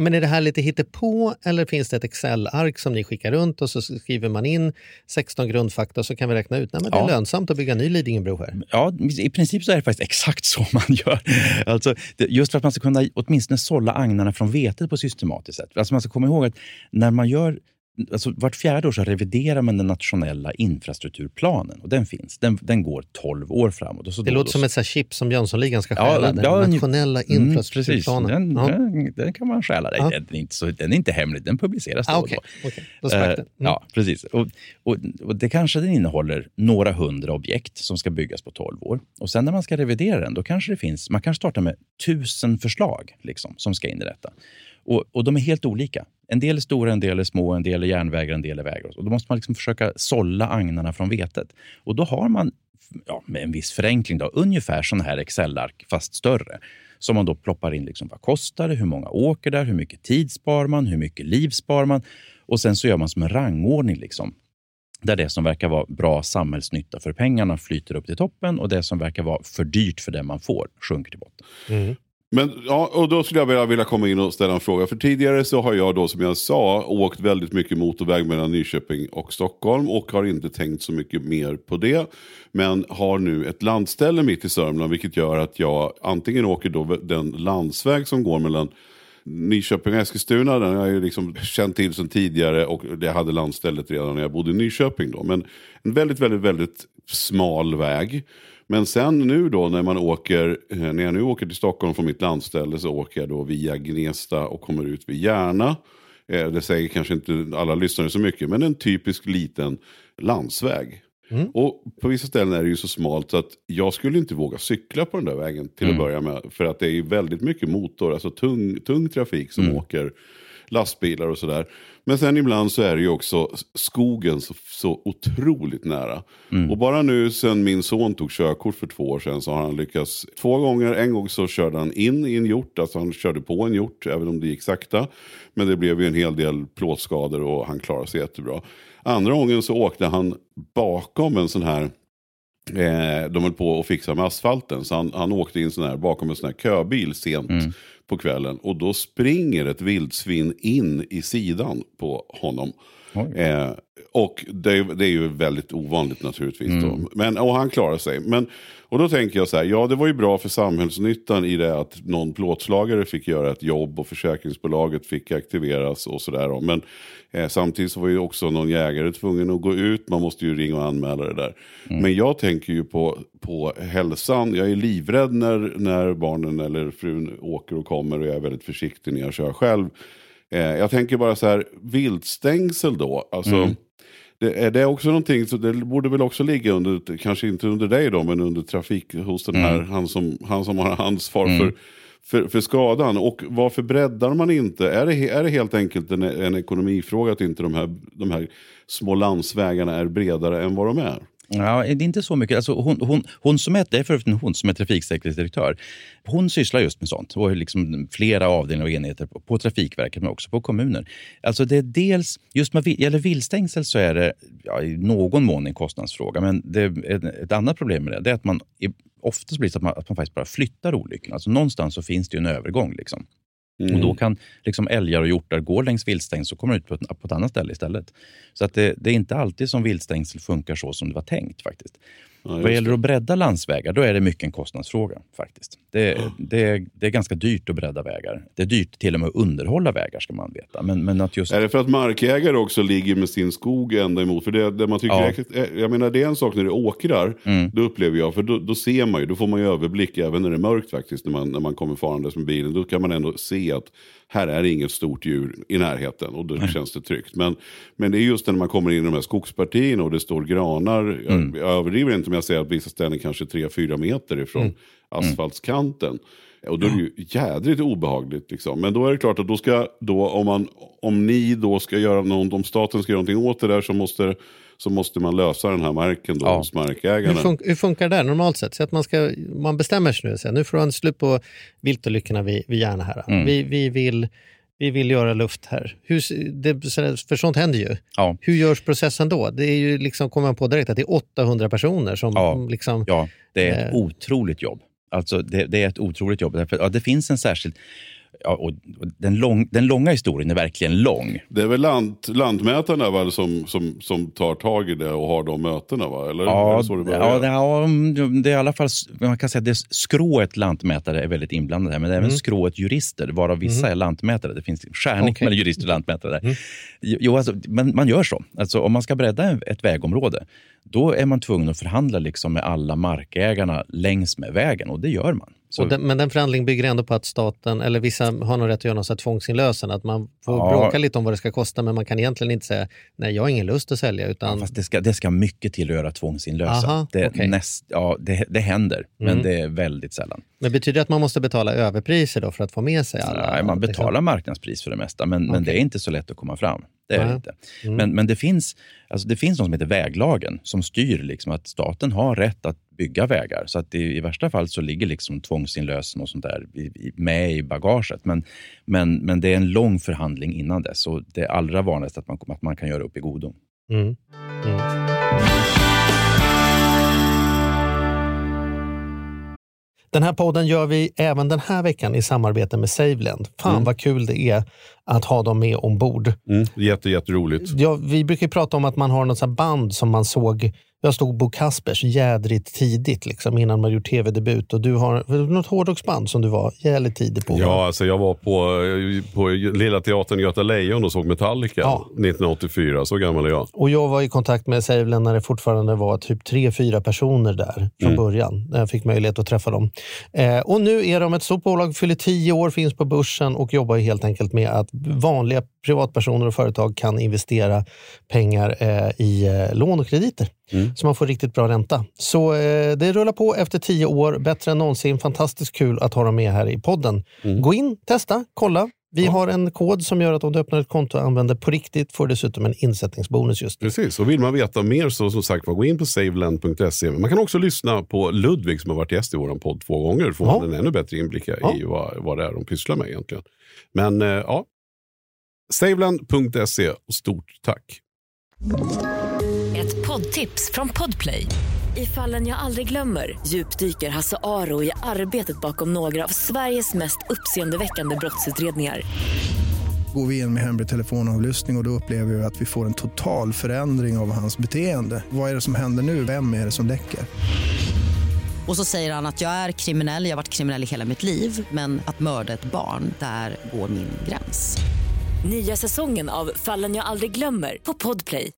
Men är det här lite hittepå eller finns det ett Excel-ark som ni skickar runt och så skriver man in sexton grundfakta och så kan vi räkna ut att ja. det är lönsamt att bygga ny Lidingöbro här? Ja, i princip så är det faktiskt exakt så man gör. Alltså, just för att man ska kunna åtminstone sålla agnarna från vetet på systematiskt sätt. Alltså man ska komma ihåg att när man gör Alltså, vart fjärde år så reviderar man den nationella infrastrukturplanen och den finns. Den, den går tolv år framåt. Och så det då, låter då, som ett så här chip som Jönssonligan ska stjäla. Ja, den ja, nationella mm, infrastrukturplanen. Den, ja. den, den kan man stjäla. Ja. Den, är inte så, den är inte hemlig, den publiceras då ah, och okay. då. Okay. Då sprack det. Mm. Ja, precis. Och, och, och det kanske den innehåller några hundra objekt som ska byggas på tolv år. Och sen när man ska revidera den, då kanske det finns, man kan starta med tusen förslag liksom, som ska in i detta. Och, och de är helt olika. En del är stora, en del är små, en del är järnvägar, en del är vägar. Och då måste man liksom försöka sålla agnarna från vetet. Och då har man, ja, med en viss förenkling då, ungefär sån här Excel-ark fast större. Som man då ploppar in liksom, vad kostar det, hur många åker där, hur mycket tid spar man, hur mycket liv spar man. Och sen så gör man som en rangordning liksom. Där det som verkar vara bra samhällsnytta för pengarna flyter upp till toppen och det som verkar vara för dyrt för det man får sjunker till botten. Mm. Men ja, och då skulle jag vilja komma in och ställa en fråga. För tidigare så har jag då, som jag sa, åkt väldigt mycket motorväg mellan Nyköping och Stockholm och har inte tänkt så mycket mer på det. Men har nu ett landställe mitt i Sörmland, vilket gör att jag antingen åker då den landsväg som går mellan Nyköping och Eskilstuna. Den har jag ju liksom känt till sedan tidigare och det hade landstället redan när jag bodde i Nyköping då. Men en väldigt, väldigt, väldigt smal väg. Men sen nu då när man åker, när jag nu åker till Stockholm från mitt landställe så åker jag då via Gnesta och kommer ut vid Järna. Det säger kanske inte alla lyssnare så mycket, men en typisk liten landsväg. Mm. Och på vissa ställen är det ju så smalt så att jag skulle inte våga cykla på den där vägen till mm. att börja med. För att det är ju väldigt mycket motor, alltså tung, tung trafik som mm. åker, lastbilar och sådär. Men sen ibland så är det ju också skogen så, så otroligt nära. Mm. Och bara nu sen min son tog körkort för två år sedan så har han lyckats två gånger. En gång så körde han in i en hjort, alltså han körde på en hjort även om det gick sakta. Men det blev ju en hel del plåtskador och han klarade sig jättebra. Andra gången så åkte han bakom en sån här, eh, de höll på att fixa med asfalten. Så han, han åkte in sån här, bakom en sån här köbil sent mm. på kvällen. Och då springer ett vildsvin in i sidan på honom. Eh, och det, det är ju väldigt ovanligt naturligtvis. Mm. Då. Men, och han klarar sig. Men, och då tänker jag så här, ja det var ju bra för samhällsnyttan i det att någon plåtslagare fick göra ett jobb och försäkringsbolaget fick aktiveras och sådär. Men eh, samtidigt så var ju också någon jägare tvungen att gå ut, man måste ju ringa och anmäla det där. Mm. Men jag tänker ju på, på hälsan, jag är livrädd när, när barnen eller frun åker och kommer och jag är väldigt försiktig när jag kör själv. Eh, jag tänker bara så här, viltstängsel då, alltså mm. det, är det också någonting, så det borde väl också ligga under, kanske inte under dig då, men under trafik hos den här, mm. han, som, han som har ansvar mm. för, för, för skadan. Och varför breddar man inte? Är det, är det helt enkelt en, en ekonomifråga att inte de här, de här små landsvägarna är bredare än vad de är? Ja, det är inte så mycket. Alltså hon, hon, hon som är, det är för hon som är trafiksäkerhetsdirektör. Hon sysslar just med sånt. Och liksom flera avdelningar och enheter på, på Trafikverket men också på kommuner. Alltså det är dels, just med gäller viltstängsel så är det ja, i någon mån en kostnadsfråga. Men det är ett annat problem med det. Det är att man oftast blir så att man, att man faktiskt bara flyttar olyckan. Alltså någonstans så finns det ju en övergång liksom. Mm. Och då kan liksom älgar och hjortar gå längs viltstängsel så kommer ut på ett, på ett annat ställe istället. Så att det, det är inte alltid som viltstängsel funkar så som det var tänkt faktiskt. Ja, vad gäller att bredda landsvägar, då är det mycket en kostnadsfråga faktiskt. Det, ja. det, det är ganska dyrt att bredda vägar. Det är dyrt till och med att underhålla vägar ska man veta. Men, men att just... Är det för att markägare också ligger med sin skog ända emot? För det, det man tycker ja. är, jag menar det är en sak när det åkrar, mm. då upplever jag, för då, då ser man ju, då får man ju överblick även när det är mörkt faktiskt, när man, när man kommer farandes med bilen. Då kan man ändå se att här är inget stort djur i närheten och då mm. känns det tryggt. Men, men det är just när man kommer in i de här skogspartierna och det står granar, mm. jag, jag överdriver inte om jag säger att vissa ställen kanske tre fyra meter ifrån mm. asfaltskanten. Och då är det ju jädrigt obehagligt liksom. Men då är det klart att då ska, då, om, man, om ni då ska göra något, om staten ska göra någonting åt det där så måste, så måste man lösa den här marken då ja. hos markägarna. Hur, fun- hur funkar det normalt sett? Så att man, ska, man bestämmer sig nu, så nu får man slut på viltolyckorna vid, vid Järna här. Mm. Vi, vi, vill, vi vill göra luft här. Hur, det, för sånt händer ju. Ja. Hur görs processen då? Det är ju liksom, kommer man på direkt att det är åttahundra personer som ja. liksom... Ja, det är ett eh, otroligt jobb. Alltså det, det är ett otroligt jobb. Därför, ja, det finns en särskild ja, och den, lång, den långa historien är verkligen lång. Det är väl lant, lantmätarna va, som, som, som tar tag i det och har de mötena va? Eller, ja, eller så det, ja, det, ja, det är i alla fall, man kan säga att det skrået lantmätare är väldigt inblandade här, men det är även mm. skrået jurister, varav vissa mm. är lantmätare. Det finns skärning okay. mellan jurister och lantmätare. Mm. Jo, alltså, men man gör så. Alltså, om man ska bredda ett vägområde, då är man tvungen att förhandla liksom med alla markägarna längs med vägen, och det gör man. Så, den, men den förhandling bygger ändå på att staten, eller vissa har nog rätt att göra något så här tvångsinlösen, att man får ja, bråka lite om vad det ska kosta, men man kan egentligen inte säga, nej jag har ingen lust att sälja. Utan... Ja, fast det ska, det ska mycket till att göra tvångsinlösen. Aha, det, okay. näst, ja, det, det händer, men mm. det är väldigt sällan. Men betyder det att man måste betala överpriser då för att få med sig alla? Nej, man betalar liksom marknadspris för det mesta, men, okay. men det är inte så lätt att komma fram. Det är det inte. Mm. Men, men det finns, alltså det finns något som heter väglagen som styr liksom att staten har rätt att bygga vägar. Så att det, i värsta fall så ligger liksom tvångsinlösen och sånt där med i bagaget. Men, men, men det är en lång förhandling innan det. Så det är allra vanligast att man, att man kan göra upp i godo. Mm. Mm. Den här podden gör vi även den här veckan i samarbete med SaveLend. Fan mm. vad kul det är att ha dem med ombord. Mm. Jätte, jätteroligt. Ja, vi brukar prata om att man har något sånt band som man såg. Jag stod Bo Kaspers jädrigt tidigt liksom, innan man gjort tv-debut. Och du har något hårdrocksband som du var jävligt tidig på. Ja, alltså jag var på, på Lilla Teatern Göta Lejon och såg Metallica ja. nittonhundraåttiofyra, så gammal är jag. Och jag var i kontakt med SaveLend när det fortfarande var typ tre, fyra personer där från mm. början. När jag fick möjlighet att träffa dem. Eh, och nu är de ett stort bolag, fyller tio år, finns på börsen och jobbar helt enkelt med att vanliga privatpersoner och företag kan investera pengar eh, i eh, lån och krediter. Mm. Så man får riktigt bra ränta. Så eh, det rullar på efter tio år. Bättre än någonsin. Fantastiskt kul att ha dem med här i podden. Mm. Gå in, testa, kolla. Vi ja. har en kod som gör att om du öppnar ett konto och använder på riktigt får dessutom en insättningsbonus just nu. Precis, och vill man veta mer så som sagt gå in på saveland punkt se. Man kan också lyssna på Ludvig som har varit gäst i vår podd två gånger. Får ja. man en ännu bättre inblick ja. i vad, vad det är de pysslar med egentligen. Men eh, ja, saveland punkt se och stort tack. Ett poddtips från Podplay. I Fallen jag aldrig glömmer djupdyker Hasse Aro i arbetet bakom några av Sveriges mest uppseendeväckande brottsutredningar. Går vi in med hemlig telefonavlyssning och då upplever vi att vi får en total förändring av hans beteende. Vad är det som händer nu? Vem är det som läcker? Och så säger han att jag är kriminell, jag har varit kriminell i hela mitt liv. Men att mörda ett barn, där går min gräns. Nya säsongen av Fallen jag aldrig glömmer på Podplay.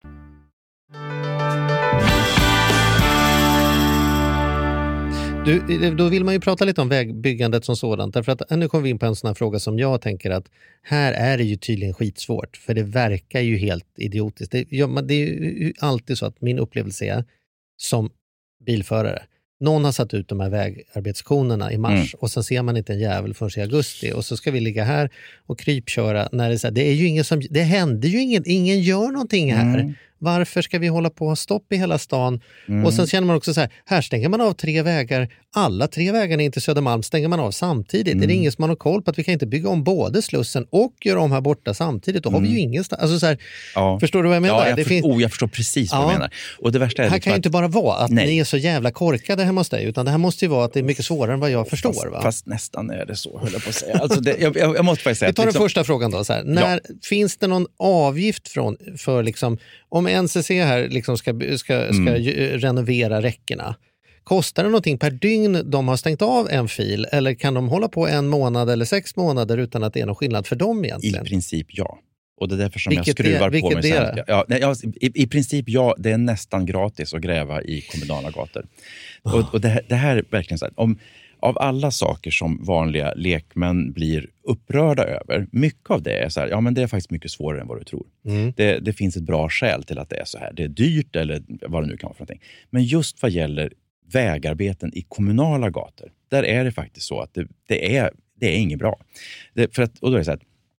Du, då vill man ju prata lite om vägbyggandet som sådant. Därför att nu kommer vi in på en sån här fråga som jag tänker att här är det ju tydligen skitsvårt. För det verkar ju helt idiotiskt. Det, ja, det är ju alltid så att min upplevelse är som bilförare. Någon har satt ut de här vägarbetskonerna i mars mm. och sen ser man inte en jävel förrän i augusti och så ska vi ligga här och krypköra när det är så här, det är ju ingen som, det händer ju ingen, ingen gör någonting här. Mm. Varför ska vi hålla på att ha stopp i hela stan? Mm. Och sen känner man också så här, här stänger man av tre vägar. Alla tre vägarna in till Södermalm stänger man av samtidigt. Mm. Är det ingen som har någon koll på att vi kan inte bygga om både Slussen och göra om här borta samtidigt? Då har mm. vi ju ingenstans. Alltså så här, ja. Förstår du vad jag menar? Ja, jag, det för, finns... oh, jag förstår precis vad ja. du menar. Och det värsta är här kan ju att... inte bara vara att Nej. ni är så jävla korkade hemma hos dig, utan det här måste ju vara att det är mycket svårare än vad jag förstår. Fast, va? fast nästan är det så, höll jag på att säga. Alltså det, jag, jag, jag måste bara säga vi tar att, liksom... den första frågan då. Så här. När, ja. Finns det någon avgift från, för liksom, om N C C här liksom ska, ska, ska mm. renovera räckena? Kostar det någonting per dygn de har stängt av en fil? Eller kan de hålla på en månad eller sex månader utan att det är någon skillnad för dem egentligen? I princip ja. Och det är därför som vilket jag skruvar det, på mig sen. Ja, nej, ja, i, I princip ja, det är nästan gratis att gräva i kommunala gator. Oh. Och, och det, det här är verkligen så här, om av alla saker som vanliga lekmän blir upprörda över, mycket av det är så här, ja men det är faktiskt mycket svårare än vad du tror. Mm. Det, det finns ett bra skäl till att det är så här. Det är dyrt eller vad det nu kan vara för någonting. Men just vad gäller vägarbeten i kommunala gator, där är det faktiskt så att det, det, är, det är inget bra. Det, för att, och då är det så här,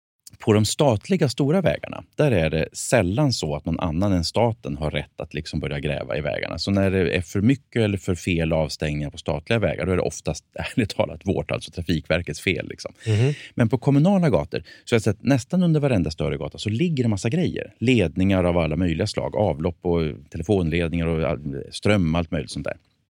på de statliga stora vägarna, där är det sällan så att någon annan än staten har rätt att liksom börja gräva i vägarna. Så när det är för mycket eller för fel avstängningar på statliga vägar, då är det oftast ärligt talat vårt, alltså Trafikverkets fel. Liksom. Mm. Men på kommunala gator, så har jag sett nästan under varenda större gata så ligger det massa grejer. Ledningar av alla möjliga slag, avlopp och telefonledningar och ström, allt möjligt sånt där.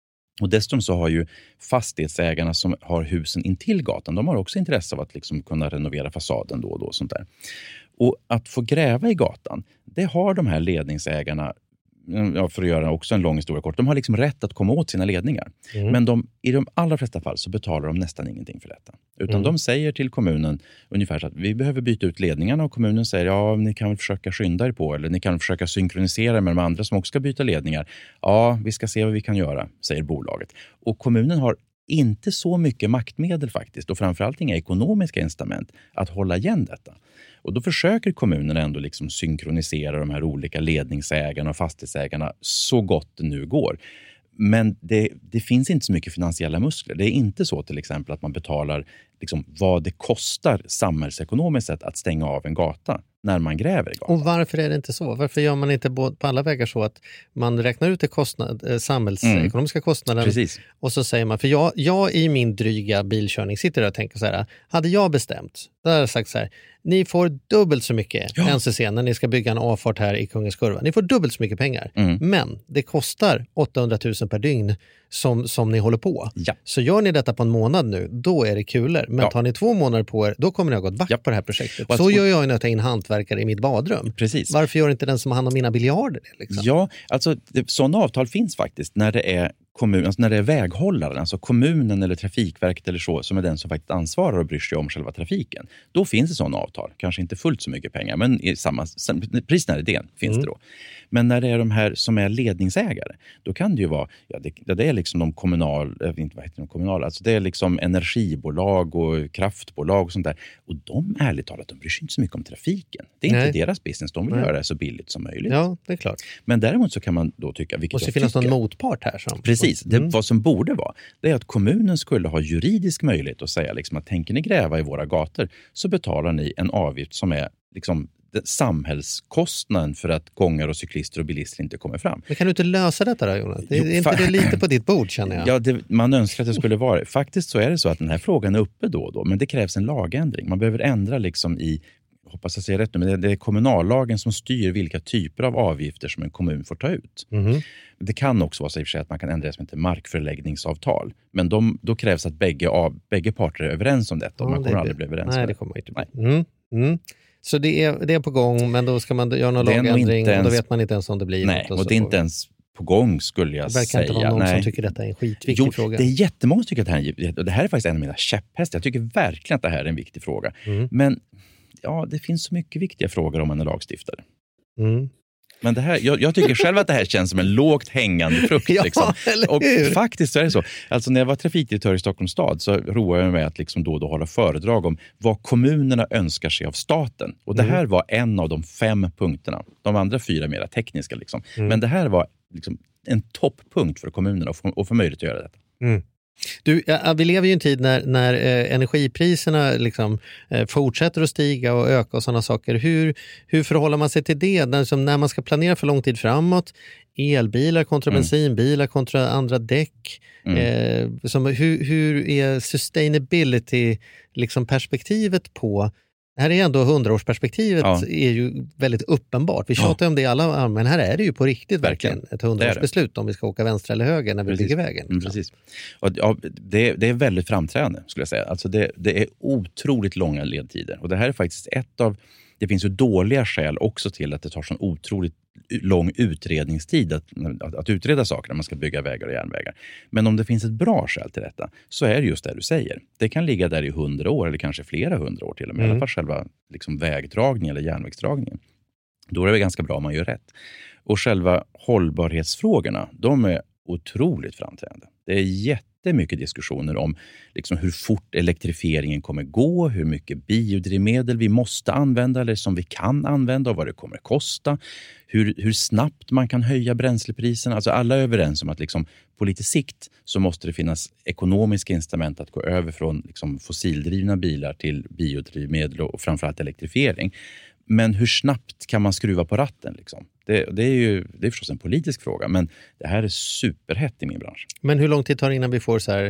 Och dessutom så har ju fastighetsägarna som har husen intill gatan, de har också intresse av att liksom kunna renovera fasaden då och då. Och sånt där. Och att få gräva i gatan, det har de här ledningsägarna, ja, för att göra också en lång historia kort, de har liksom rätt att komma åt sina ledningar. Mm. Men de, i de allra flesta fall så betalar de nästan ingenting för detta. Utan mm. de säger till kommunen ungefär så att vi behöver byta ut ledningarna, och kommunen säger ja, ni kan väl försöka skynda er på, eller ni kan försöka synkronisera med de andra som också ska byta ledningar. Ja, vi ska se vad vi kan göra, säger bolaget. Och kommunen har inte så mycket maktmedel faktiskt, och framförallt inga ekonomiska incitament att hålla igen detta. Och då försöker kommunen ändå liksom synkronisera de här olika ledningsägarna och fastighetsägarna så gott det nu går. Men det, det finns inte så mycket finansiella muskler. Det är inte så till exempel att man betalar liksom vad det kostar samhällsekonomiskt sett att stänga av en gata när man gräver i gatan. Och varför är det inte så? Varför gör man inte på alla vägar så att man räknar ut det kostnad, eh, samhällsekonomiska mm. kostnaden? Precis. Och så säger man, för jag, jag i min dryga bilkörning sitter där och tänker så här, hade jag bestämt, då hade jag sagt så här, ni får dubbelt så mycket ja. N C C när ni ska bygga en avfart här i Kungens Kurva. Ni får dubbelt så mycket pengar. Mm. Men det kostar åttahundratusen per dygn som, som ni håller på. Ja. Så gör ni detta på en månad nu, då är det kulor. Men ja. tar ni två månader på er, då kommer ni ha gått back ja. på det här projektet. Så gör jag när jag tar in hantverkare i mitt badrum. Precis. Varför gör inte den som har hand om mina biljarder det? Liksom? Ja, alltså det, sådana avtal finns faktiskt när det är kommun, alltså när det är väghållaren, alltså kommunen eller Trafikverket eller så, som är den som faktiskt ansvarar och bryr sig om själva trafiken. Då finns det sådana avtal. Kanske inte fullt så mycket pengar, men i samma, precis när idén finns mm. det då. Men när det är de här som är ledningsägare, då kan det ju vara, ja det, det är liksom de kommunal, inte vad heter de kommunala, alltså det är liksom energibolag och kraftbolag och sånt där. Och de, ärligt talat, de bryr sig inte så mycket om trafiken. Det är Nej. inte deras business, de vill Nej. göra det så billigt som möjligt. Ja, det är klart. Men däremot så kan man då tycka, vilket måste jag finnas tycker, någon motpart här som... Precis, det, mm. vad som borde vara, det är att kommunen skulle ha juridisk möjlighet att säga liksom att tänker ni gräva i våra gator så betalar ni en avgift som är liksom samhällskostnaden för att gångare och cyklister och bilister inte kommer fram. Men kan du inte lösa detta då, Jonas? Det är, jo, inte fa- det lite på ditt bord, känner jag. Ja, det, man önskar att det skulle vara. Faktiskt så är det så att den här frågan är uppe då och då, men det krävs en lagändring. Man behöver ändra liksom i, hoppas jag säger rätt nu, men det, det är kommunallagen som styr vilka typer av avgifter som en kommun får ta ut. Mm. Det kan också vara så i och för sig att man kan ändra det som heter markförläggningsavtal. Men de, då krävs att bägge, av, bägge parter är överens om detta. Och ja, man kommer det, aldrig bli överens. Nej, med det kommer inte bli. Mm. Mm. Så det är, det är på gång, men då ska man göra någon lagändring ens, och då vet man inte ens om det blir nej, något. Och, och det är inte ens på gång, skulle jag säga. Det verkar säga. inte vara någon nej. som tycker detta är en skitviktig jo, fråga. Det är jättemånga som tycker att det här är, och det här är faktiskt en av mina käpphästar. Jag tycker verkligen att det här är en viktig fråga. Mm. Men ja, det finns så mycket viktiga frågor om man är lagstiftare. Mm. Men det här, jag, jag tycker själv att det här känns som en lågt hängande frukt. ja, liksom. Och faktiskt så är det så. Alltså när jag var trafikdirektör i Stockholms stad så roade jag mig med att liksom då och då hålla föredrag om vad kommunerna önskar sig av staten. Och det här mm. var en av de fem punkterna. De andra fyra är mera tekniska. Liksom. Mm. Men det här var liksom en topppunkt för kommunerna att få, att få möjlighet att göra detta. Mm. Du, ja, vi lever ju i en tid när, när eh, energipriserna liksom, eh, fortsätter att stiga och öka och sådana saker. Hur, hur förhåller man sig till det? När, som, när man ska planera för lång tid framåt, elbilar kontra mm. bensinbilar kontra andra däck. Mm. Eh, som, hur, hur är sustainability liksom, perspektivet på... Här är ändå hundraårsperspektivet ja. är ju väldigt uppenbart. Vi tjatar ja. om det i alla, men här är det ju på riktigt verkligen, verkligen. ett hundraårsbeslut om vi ska åka vänster eller höger när vi precis. bygger vägen. Mm, precis. Och, ja, det, det är väldigt framträdande, skulle jag säga. Alltså det, det är otroligt långa ledtider. Och det här är faktiskt ett av... Det finns ju dåliga skäl också till att det tar sån otroligt lång utredningstid att, att, att utreda saker när man ska bygga vägar och järnvägar. Men om det finns ett bra skäl till detta så är det just det du säger. Det kan ligga där i hundra år eller kanske flera hundra år till och med. Mm. I alla fall själva liksom, vägdragningen eller järnvägsdragningen. Då är det ganska bra om man gör rätt. Och själva hållbarhetsfrågorna, de är otroligt framträdande. Det är jättemycket diskussioner om liksom hur fort elektrifieringen kommer gå, hur mycket biodrivmedel vi måste använda eller som vi kan använda och vad det kommer kosta. Hur, hur snabbt man kan höja bränslepriserna. Alltså alla är överens om att liksom, på lite sikt så måste det finnas ekonomiska incitament att gå över från liksom, fossildrivna bilar till biodrivmedel och framförallt elektrifiering. Men hur snabbt kan man skruva på ratten? Liksom? Det, det är ju det är förstås en politisk fråga, men det här är superhett i min bransch. Men hur lång tid tar det innan vi får så här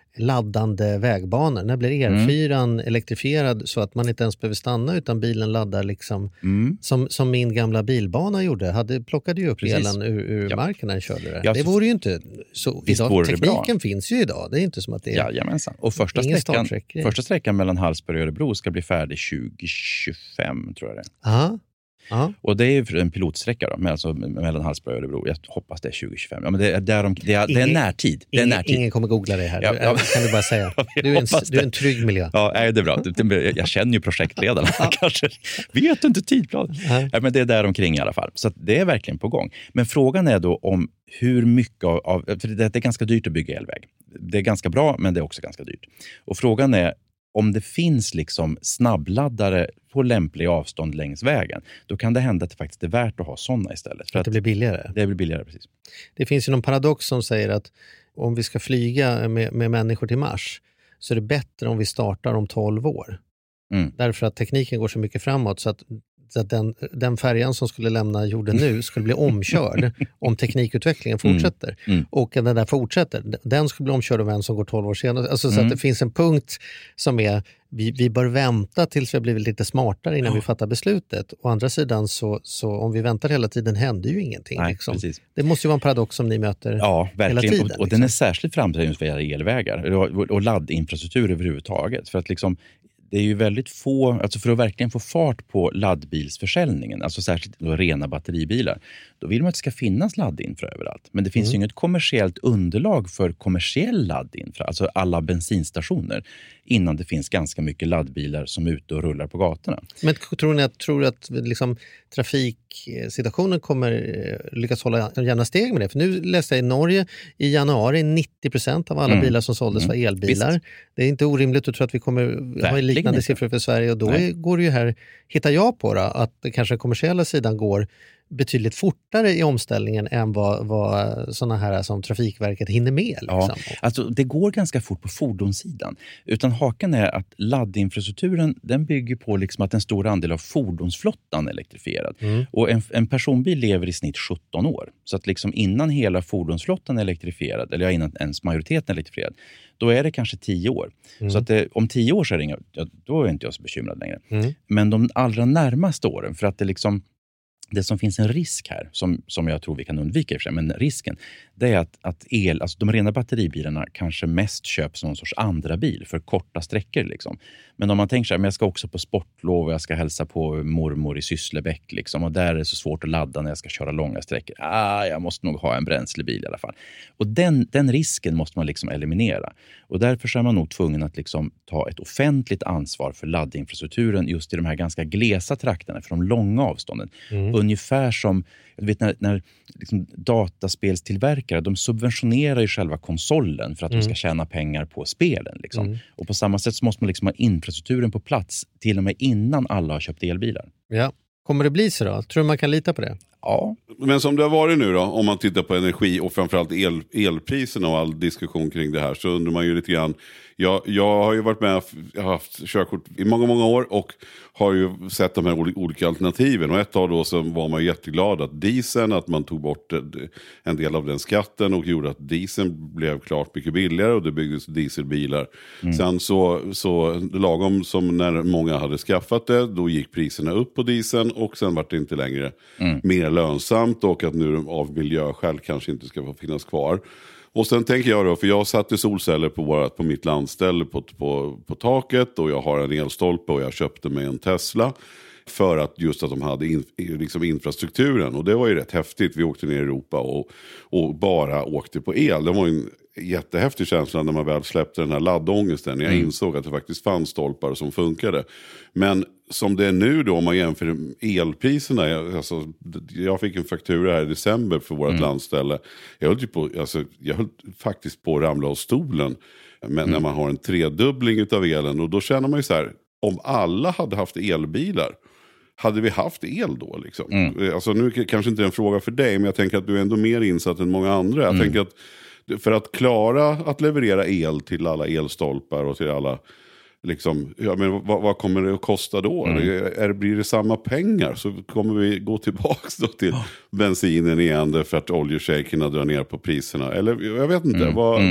laddande vägbanor. När blir E fyra mm. elektrifierad så att man inte ens behöver stanna utan bilen laddar liksom mm. som, som min gamla bilbana gjorde. Hade, plockade ju upp Precis. elen ur, ur ja. marken när den körde det. Ja, det vore ju inte så idag. Tekniken finns ju idag. Det är inte som att det är Jajamensan. Och första sträckan, första sträckan mellan Hallsberg och Örebro ska bli färdig tjugo tjugofem tror jag det. Aha. Aha. Och det är en pilotsträcka då, med, alltså, mellan Hallsberg och Örebro. Jag hoppas det är tjugo tjugofem. Ja, men det är, där de, det är, ingen, det är närtid. Det är ingen, närtid. Ingen kommer googla det här. Ja, ja. Kan du bara säga. Du är, en, du är en trygg miljö. Ja, det är bra. Jag känner ju projektledarna. Kanske vet inte tidplan. Ja, men det är där omkring i alla fall. Så det är verkligen på gång. Men frågan är då om hur mycket av... För det är ganska dyrt att bygga elväg. Det är ganska bra, men det är också ganska dyrt. Och frågan är om det finns liksom snabbladdare på lämplig avstånd längs vägen, då kan det hända att det faktiskt är värt att ha sådana istället. För att det blir billigare? Det blir billigare, precis. Det finns ju någon paradox som säger att om vi ska flyga med, med människor till Mars så är det bättre om vi startar om tolv år. Mm. Därför att tekniken går så mycket framåt så att så att den, den färjan som skulle lämna jorden nu skulle bli omkörd om teknikutvecklingen fortsätter. Mm. Mm. Och den där fortsätter. Den skulle bli omkörd av en som går tolv år senare. Alltså, mm. Så att det finns en punkt som är vi, vi bör vänta tills vi har blivit lite smartare innan ja. vi fattar beslutet. Å andra sidan så, så om vi väntar hela tiden händer ju ingenting. Nej, liksom. Det måste ju vara en paradox som ni möter ja, verkligen. hela tiden. Och, och liksom. Den är särskilt framträdande för elvägar och, och laddinfrastruktur överhuvudtaget. För att liksom det är ju väldigt få, alltså för att verkligen få fart på laddbilsförsäljningen, alltså särskilt då rena batteribilar, då vill man att det ska finnas laddinfra överallt. Men det finns mm. ju inget kommersiellt underlag för kommersiell laddinfra, alltså alla bensinstationer, innan det finns ganska mycket laddbilar som är ute och rullar på gatorna. Men tror ni att, tror att liksom, trafiksituationen kommer lyckas hålla jämna steg med det? För nu läste jag i Norge i januari nittio procent av alla mm. bilar som såldes mm. var elbilar. Visst. Det är inte orimligt att tro att vi kommer Verkligen ha liknande siffror för Sverige och då är, går det ju här, hittar jag på då, att kanske den kommersiella sidan går betydligt fortare i omställningen än vad, vad sådana här som Trafikverket hinner med. Liksom. Ja, alltså det går ganska fort på fordonssidan. Utan haken är att laddinfrastrukturen den bygger på liksom att en stor andel av fordonsflottan är elektrifierad. Mm. Och en, en personbil lever i snitt sjutton år. Så att liksom innan hela fordonsflottan är elektrifierad, eller ja, innan ens majoriteten är elektrifierad, då är det kanske tio år. Mm. Så att det, om tio år så är det inga, ja, då är inte jag så bekymrad längre. Mm. Men de allra närmaste åren, för att det liksom det som finns en risk här, som, som jag tror vi kan undvika i och för sig, men risken, det är att, att el, alltså de rena batteribilarna kanske mest köps som någon sorts andra bil för korta sträckor liksom. Men om man tänker så här, men jag ska också på sportlov och jag ska hälsa på mormor i Sysslebäck liksom, och där är det så svårt att ladda när jag ska köra långa sträckor. Ah, jag måste nog ha en bränslebil i alla fall. Och den, den risken måste man liksom eliminera. Och därför så är man nog tvungen att liksom ta ett offentligt ansvar för laddinfrastrukturen just i de här ganska glesa trakterna, för de långa avstånden. Mm. Ungefär som, jag vet när, när liksom dataspelstillverkare, de subventionerar ju själva konsolen för att mm. de ska tjäna pengar på spelen. Liksom. Mm. Och på samma sätt så måste man liksom ha infrastrukturen på plats till och med innan alla har köpt elbilar. Ja. Kommer det bli så då? Tror du man kan lita på det? Ja. Men som det har varit nu då, om man tittar på energi och framförallt el, elpriserna och all diskussion kring det här, så undrar man ju lite grann. Jag, jag har ju varit med, jag har haft körkort i många, många år och har ju sett de här olika alternativen. Och ett tag då så var man jätteglad att dieseln, att man tog bort en del av den skatten och gjorde att dieseln blev klart mycket billigare och det byggdes dieselbilar. Mm. Sen så, så lagom som när många hade skaffat det, då gick priserna upp på dieseln och sen var det inte längre mm. mer lönsamt och att nu av miljöskäl kanske inte ska få finnas kvar. Och sen tänker jag då, för jag satte solceller på, vårat, på mitt landställe på, på, på taket och jag har en elstolpe och jag köpte mig en Tesla för att just att de hade in, liksom infrastrukturen, och det var ju rätt häftigt. Vi åkte ner i Europa och, och bara åkte på el. Det var en jättehäftig känsla när man väl släppte den här laddångesten. Jag mm. insåg att det faktiskt fanns stolpar som funkade. Men som det är nu då, om man jämför elpriserna, jag, alltså, jag fick en faktura här i december för vårt mm. landställe. Jag höll, typ på, alltså, jag höll faktiskt på att ramla av stolen. Men mm. när man har en tredubbling av elen, och då känner man ju så här, om alla hade haft elbilar, hade vi haft el då liksom? Mm. Alltså nu kanske inte är en fråga för dig, men jag tänker att du är ändå mer insatt än många andra. Jag mm. tänker att för att klara att leverera el till alla elstolpar och till alla, liksom, ja, men vad, vad kommer det att kosta då? Mm. Är, blir det samma pengar så kommer vi gå tillbaka då till oh. bensinen igen för att oljeshejkerna drar ner på priserna. Eller jag vet inte. Mm. Vad... Mm.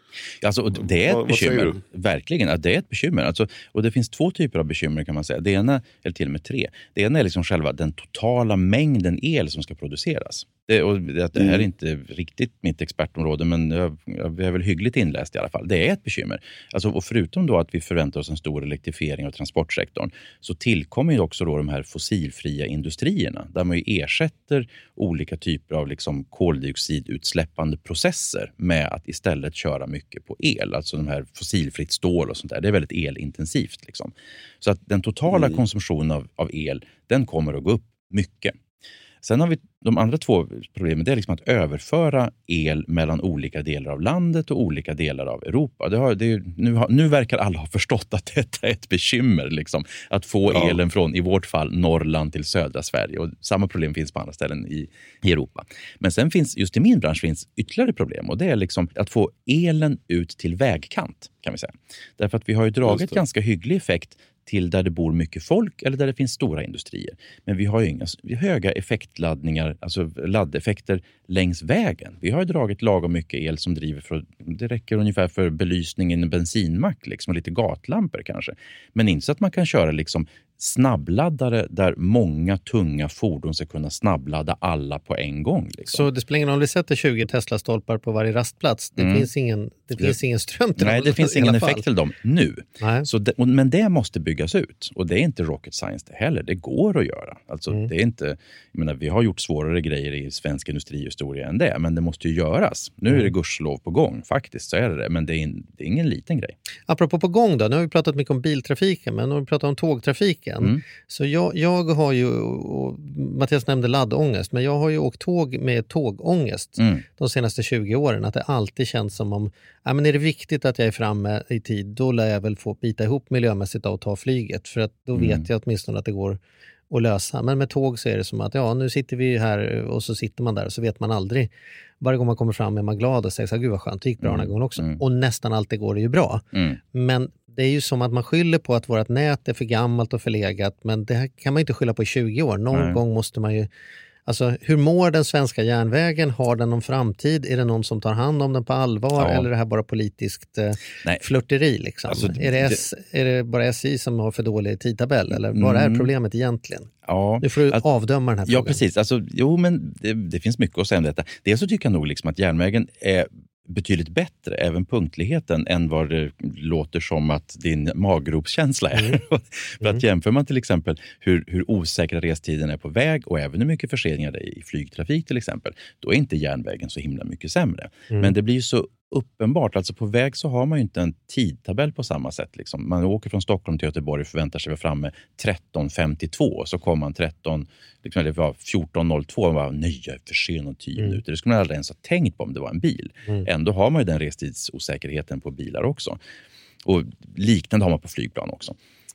Alltså, och det är ett vad, bekymmer. vad Verkligen, att det är ett bekymmer. Alltså, och det finns två typer av bekymmer kan man säga. Det ena, eller till och med tre. Det ena är liksom själva den totala mängden el som ska produceras. Det, och det, det här är inte riktigt mitt expertområde, men jag, jag är väl hyggligt inläst i alla fall. Det är ett bekymmer. Alltså, och förutom då att vi förväntar oss en stor elektrifiering av transportsektorn, så tillkommer ju också då de här fossilfria industrierna, där man ju ersätter olika typer av liksom koldioxidutsläppande processer med att istället köra mycket på el. Alltså de här fossilfritt stål och sånt där. Det är väldigt elintensivt liksom. Så att den totala mm. konsumtionen av, av el, den kommer att gå upp mycket. Sen har vi de andra två problemen. Det är liksom att överföra el mellan olika delar av landet och olika delar av Europa. Det har, det är, nu, har, nu verkar alla ha förstått att detta är ett bekymmer. Liksom, att få ja. elen från, i vårt fall, Norrland till södra Sverige. Och samma problem finns på andra ställen i, i Europa. Men sen finns, just i min bransch, finns ytterligare problem. Och det är liksom att få elen ut till vägkant, kan vi säga. Därför att vi har ju dragit ganska hygglig effekt till där det bor mycket folk eller där det finns stora industrier. Men vi har ju inga vi har höga effektladdningar, alltså laddeffekter längs vägen. Vi har ju dragit lagom mycket el som driver för, det räcker ungefär för belysning i en bensinmack liksom, och lite gatlampor kanske. Men inte så att man kan köra liksom snabbladdare där många tunga fordon ska kunna snabbladda alla på en gång. Liksom. Så det spelar ingen roll om vi sätter tjugo Tesla-stolpar på varje rastplats. Det, mm. finns, ingen, det finns ingen ström till Nej, dem. det finns ingen effekt till dem nu. Nej. Så det, men det måste byggas ut. Och det är inte rocket science det heller. Det går att göra. Alltså, mm. det är inte, jag menar, vi har gjort svårare grejer i svensk industrihistoria än det. Men det måste ju göras. Nu mm. är det gudskelov på gång. Faktiskt så är det det. Men det är, in, det är ingen liten grej. Apropå på gång då. Nu har vi pratat mycket om biltrafiken. Men nu har vi pratat om tågtrafiken. Mm. Så jag, jag har ju, och Mattias nämnde laddångest, men jag har ju åkt tåg med tågångest mm. de senaste tjugo åren. Att det alltid känns som om, ja, men är det viktigt att jag är framme i tid, då lär jag väl få bita ihop miljömässigt och ta flyget. För att då mm. vet jag åtminstone att det går att lösa. Men med tåg så är det som att, ja, nu sitter vi här och så sitter man där och så vet man aldrig. Varje gång man kommer fram är man glad och säger så här, gud vad skönt, det gick bra mm. den här gången också. Mm. Och nästan alltid går det ju bra. Mm. Men det är ju som att man skyller på att vårt nät är för gammalt och förlegat, men det här kan man inte skylla på i tjugo år. Någon Nej. gång måste man ju... Alltså, hur mår den svenska järnvägen? Har den någon framtid? Är det någon som tar hand om den på allvar? Ja. Eller är det här bara politiskt eh, flörteri? Liksom? Alltså, är, det S, det... är det bara S I som har för dålig tidtabell? Eller vad mm. är problemet egentligen? Ja, nu får du att, avdöma den här frågan. Ja, precis. Alltså, jo, men det, det finns mycket att säga om detta. Dels så tycker jag nog liksom att järnvägen är betydligt bättre, även punktligheten, än vad det låter som att din maggropskänsla är. Mm. För att jämför man till exempel hur, hur osäkra restiden är på väg och även hur mycket förseningar det är i flygtrafik till exempel, då är inte järnvägen så himla mycket sämre. Mm. Men det blir ju så uppenbart, alltså på väg så har man ju inte en tidtabell på samma sätt. Liksom. Man åker från Stockholm till Göteborg och förväntar sig vara framme tretton femtiotvå, så kommer man tretton, liksom, det var fjorton noll två och bara, nej, jag är försenad tio mm. minuter. Det skulle man aldrig ens ha tänkt på om det var en bil. Mm. Ändå har man ju den restidsosäkerheten på bilar också. Och liknande har man på flygplan också.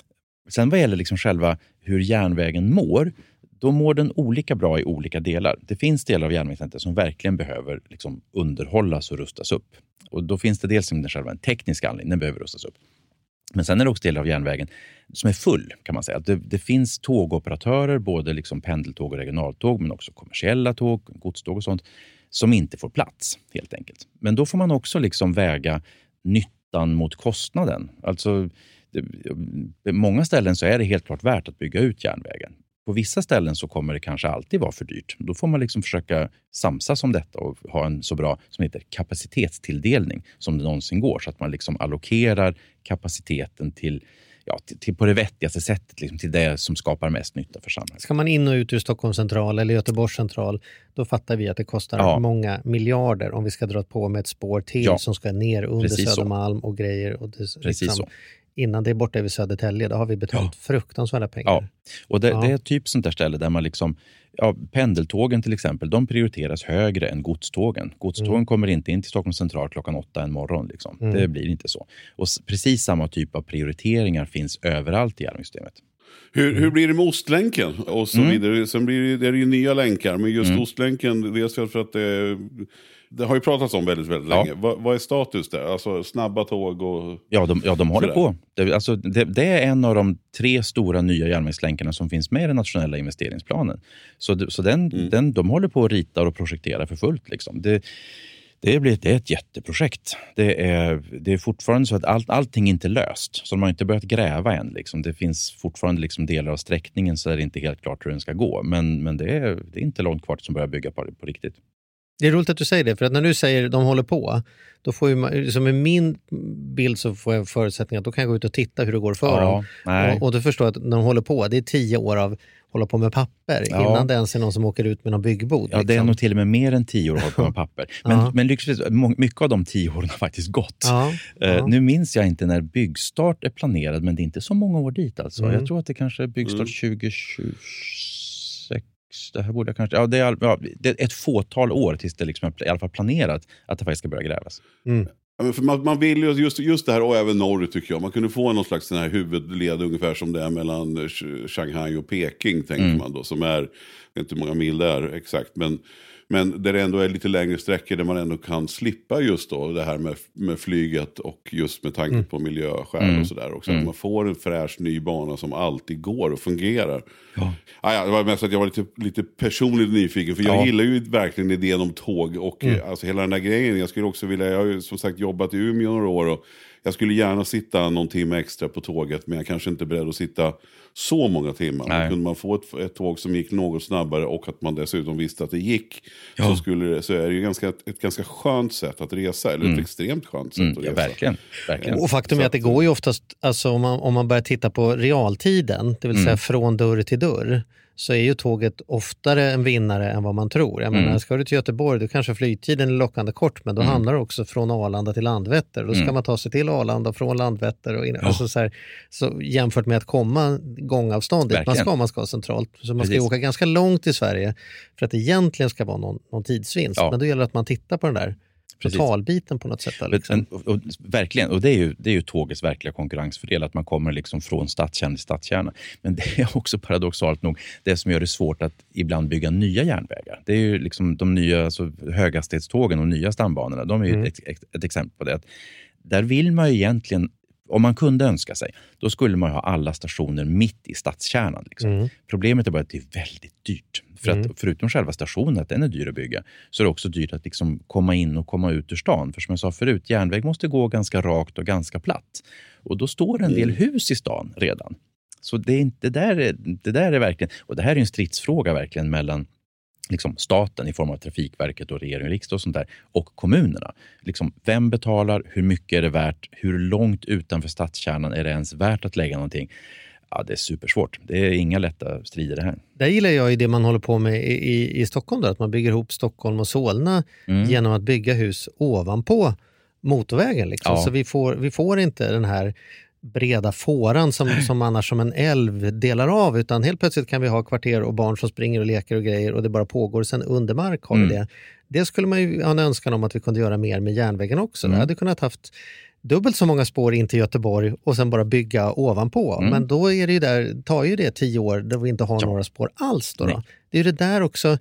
Sen vad gäller liksom själva hur järnvägen mår, då mår den olika bra i olika delar. Det finns delar av järnvägsnätet som verkligen behöver liksom underhållas och rustas upp. Och då finns det dels som den själva en teknisk anledning, den behöver rustas upp. Men sen är det också delar av järnvägen som är full, kan man säga. Det, det finns tågoperatörer, både liksom pendeltåg och regionaltåg, men också kommersiella tåg, godståg och sånt, som inte får plats helt enkelt. Men då får man också liksom väga nyttan mot kostnaden. Alltså, det, många ställen så är det helt klart värt att bygga ut järnvägen. På vissa ställen så kommer det kanske alltid vara för dyrt. Då får man liksom försöka samsas om detta och ha en så bra som heter kapacitetstilldelning som det någonsin går. Så att man liksom allokerar kapaciteten till, ja, till, till på det vettigaste sättet, liksom till det som skapar mest nytta för samhället. Ska man in och ut ur Stockholms central eller Göteborgs central, då fattar vi att det kostar ja. många miljarder om vi ska dra på med ett spår till ja. som ska ner under Precis Södermalm så. och grejer. Och det, Precis liksom, så. Innan det är borta över Södertälje, då har vi betalat ja. fruktansvärda pengar. Ja, och det, ja. det är typ sånt där ställe där man liksom, ja, pendeltågen till exempel, de prioriteras högre än godstågen. Godstågen mm. kommer inte in till Stockholms central klockan åtta en morgon. Liksom. Mm. Det blir inte så. Och precis samma typ av prioriteringar finns överallt i järnvägssystemet. Hur, hur blir det med Ostlänken och så mm. vidare? Sen blir det, det är ju nya länkar, men just mm. Ostlänken, dels för att det, det har ju pratats om väldigt, väldigt ja. länge. Va, vad är status där? Alltså snabba tåg och... Ja, de, ja, de håller sådär. på. Det, alltså, det, det är en av de tre stora nya järnvägslänkarna som finns med i den nationella investeringsplanen. Så, så den, mm. den, de håller på att rita och projektera för fullt. Liksom. Det, Det, blir, det är ett jätteprojekt. Det är, det är fortfarande så att all, allting inte är löst. Så de har inte börjat gräva än. Liksom. Det finns fortfarande liksom delar av sträckningen så är det inte helt klart hur den ska gå. Men, men det, är, det är inte långt kvar som börjar bygga på, på riktigt. Det är roligt att du säger det, för att när du säger de håller på, då får ju, som i min bild så får jag förutsättningar att då kan jag gå ut och titta hur det går för ja, dem. Nej. Och, och du förstår att när de håller på, det är tio år av hålla på med papper ja. innan det ens är någon som åker ut med någon byggbod. Ja, liksom. Det är nog till och med mer än tio år att hålla på med papper. Men, ja. men lyckligtvis, mycket av de tio åren har faktiskt gått. Ja. Ja. Uh, nu minns jag inte när byggstart är planerad, men det är inte så många år dit alltså. Mm. Jag tror att det kanske är byggstart mm. tjugo tjugosex. Det här borde jag kanske... Ja, det är, ja, det är ett fåtal år tills det liksom är i alla fall planerat att det faktiskt ska börja grävas. Mm. Ja, men för man, man vill ju just, just det här, och även norrut tycker jag. Man kunde få någon slags den här huvudled ungefär som det är mellan Shanghai och Peking, tänker mm. man då. Som är, jag vet inte hur många mil det är exakt, men... Men där det ändå är lite längre sträckor där man ändå kan slippa just då det här med, med flyget och just med tanke mm. på miljöskäl mm. och sådär också. Mm. Man får en fräsch ny bana som alltid går och fungerar. Ja. Ah, ja, det var mest att jag var lite, lite personligt nyfiken, för jag ja. gillar ju verkligen idén om tåg och mm. alltså hela den där grejen. Jag skulle också vilja, jag har ju som sagt jobbat i Umeå några år och jag skulle gärna sitta någon timme extra på tåget, men jag kanske inte är beredd att sitta så många timmar. Men kunde man få ett, ett tåg som gick något snabbare och att man dessutom visste att det gick ja. så, skulle, så är det ju ganska, ett ganska skönt sätt att resa, eller mm. ett extremt skönt sätt mm, att resa. Ja, verkligen, verkligen. Och faktum är att det går ju oftast, alltså om man, om man börjar titta på realtiden, det vill säga mm. från dörr till dörr, så är ju tåget oftare en vinnare än vad man tror. Jag menar, mm. ska du till Göteborg, då kanske flygtiden är lockande kort, men då mm. handlar det också från Arlanda till Landvetter. Då ska mm. man ta sig till Arlanda från Landvetter. Och in, ja. alltså så, här, så jämfört med att komma gångavstånd dit, man ska, man ska centralt. Så man ska åka ganska långt i Sverige för att det egentligen ska vara någon, någon tidsvinst. Ja. Men då gäller det att man tittar på den där totalbiten på något sätt. Liksom. Och, och, verkligen, och det är, ju, det är ju tågets verkliga konkurrensfördel, att man kommer liksom från stadskärna till stadskärna. Men det är också paradoxalt nog det som gör det svårt att ibland bygga nya järnvägar. Det är ju liksom de nya alltså, höghastighetstågen och nya stambanorna, de är ju mm. ett, ett, ett exempel på det. Att där vill man ju egentligen, om man kunde önska sig, då skulle man ha alla stationer mitt i stadskärnan. Liksom. Mm. Problemet är bara att det är väldigt dyrt. För att mm. förutom själva stationen, att den är dyr att bygga, så är det också dyrt att liksom komma in och komma ut ur stan. För som jag sa förut, järnväg måste gå ganska rakt och ganska platt. Och då står en del hus i stan redan. Så det, är inte, det, där är, det där är verkligen, och det här är en stridsfråga verkligen mellan liksom staten i form av Trafikverket och regering och riksdag och sånt där, och kommunerna. Liksom, vem betalar, hur mycket är det värt, hur långt utanför stadskärnan är det ens värt att lägga någonting? Ja, det är supersvårt. Det är inga lätta strider det här. Där gillar jag ju det man håller på med i, i, i Stockholm då, att man bygger ihop Stockholm och Solna mm. genom att bygga hus ovanpå motorvägen. Liksom. Ja. Så vi får, vi får inte den här breda fåran som, som annars som en älv delar av, utan helt plötsligt kan vi ha kvarter och barn som springer och leker och grejer och det bara pågår. Sen under mark har vi mm. det. Det skulle man ju ha en önskan om att vi kunde göra mer med järnvägen också. Mm. Vi hade kunnat haft dubbelt så många spår in till Göteborg och sen bara bygga ovanpå. Mm. Men då är det ju där, tar ju det tio år där vi inte har ja. några spår alls. Då, då. Det är ju det där också.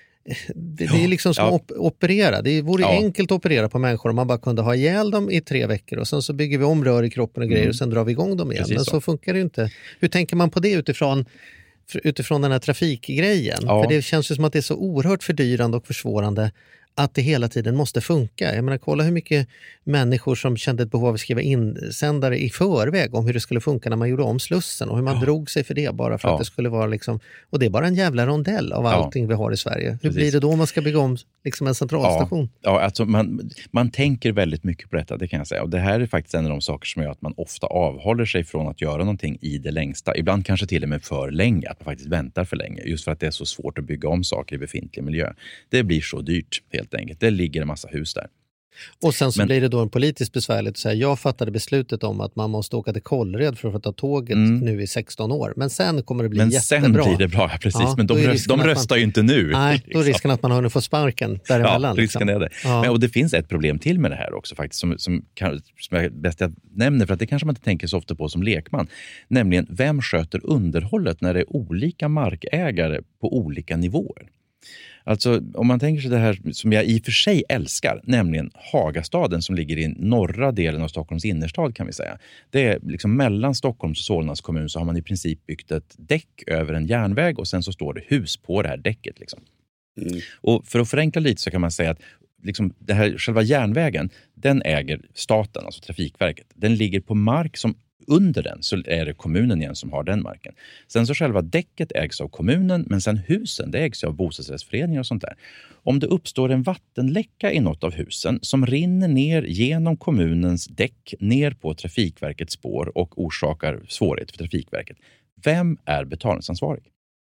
Det, ja. det är liksom som ja. op- operera. Det vore ja. enkelt att operera på människor om man bara kunde ha ihjäl dem i tre veckor och sen så bygger vi om rör i kroppen och grejer mm. och sen drar vi igång dem igen. Precis Men så. så funkar det ju inte. Hur tänker man på det utifrån utifrån den här trafikgrejen? Ja. För det känns ju som att det är så oerhört fördyrande och försvårande att det hela tiden måste funka. Jag menar, kolla hur mycket människor som kände ett behov av att skriva insändare i förväg om hur det skulle funka när man gjorde om Slussen och hur man ja. drog sig för det bara för ja. att det skulle vara liksom, och det är bara en jävla rondell av allting ja. vi har i Sverige. Hur Precis. blir det då om man ska bygga om liksom en centralstation? Ja, ja alltså man, man tänker väldigt mycket på detta, det kan jag säga. Och det här är faktiskt en av de saker som gör att man ofta avhåller sig från att göra någonting i det längsta. Ibland kanske till och med för länge, att man faktiskt väntar för länge. Just för att det är så svårt att bygga om saker i befintlig miljö. Det blir så dyrt helt enkelt. Det ligger en massa hus där. Och sen så Men, blir det då en politiskt besvärligt att säga, jag fattade beslutet om att man måste åka till Kållered för att få ta tåget mm. nu i sexton år. Men sen kommer det bli men jättebra. Men sen blir det bra, ja, precis. Ja, men de, röst, de röstar man, ju inte nu. Nej, då är risken att man har nu få sparken däremellan. Ja, risken är det. Ja. Men, och det finns ett problem till med det här också faktiskt, som, som, kan, som jag bäst jag nämner, för att det kanske man inte tänker så ofta på som lekman. Nämligen, vem sköter underhållet när det är olika markägare på olika nivåer? Alltså om man tänker sig det här som jag i och för sig älskar, nämligen Hagastaden som ligger i norra delen av Stockholms innerstad kan vi säga. Det är liksom mellan Stockholms och Solnas kommun så har man i princip byggt ett däck över en järnväg och sen så står det hus på det här däcket liksom. Mm. Och för att förenkla lite så kan man säga att liksom, det här, själva järnvägen, den äger staten, alltså Trafikverket. Den ligger på mark som under den så är det kommunen igen som har den marken. Sen så själva däcket ägs av kommunen, men sen husen, det ägs av bostadsrättsföreningar och sånt där. Om det uppstår en vattenläcka i något av husen som rinner ner genom kommunens däck ner på Trafikverkets spår och orsakar svårighet för Trafikverket, vem är betalningsansvarig?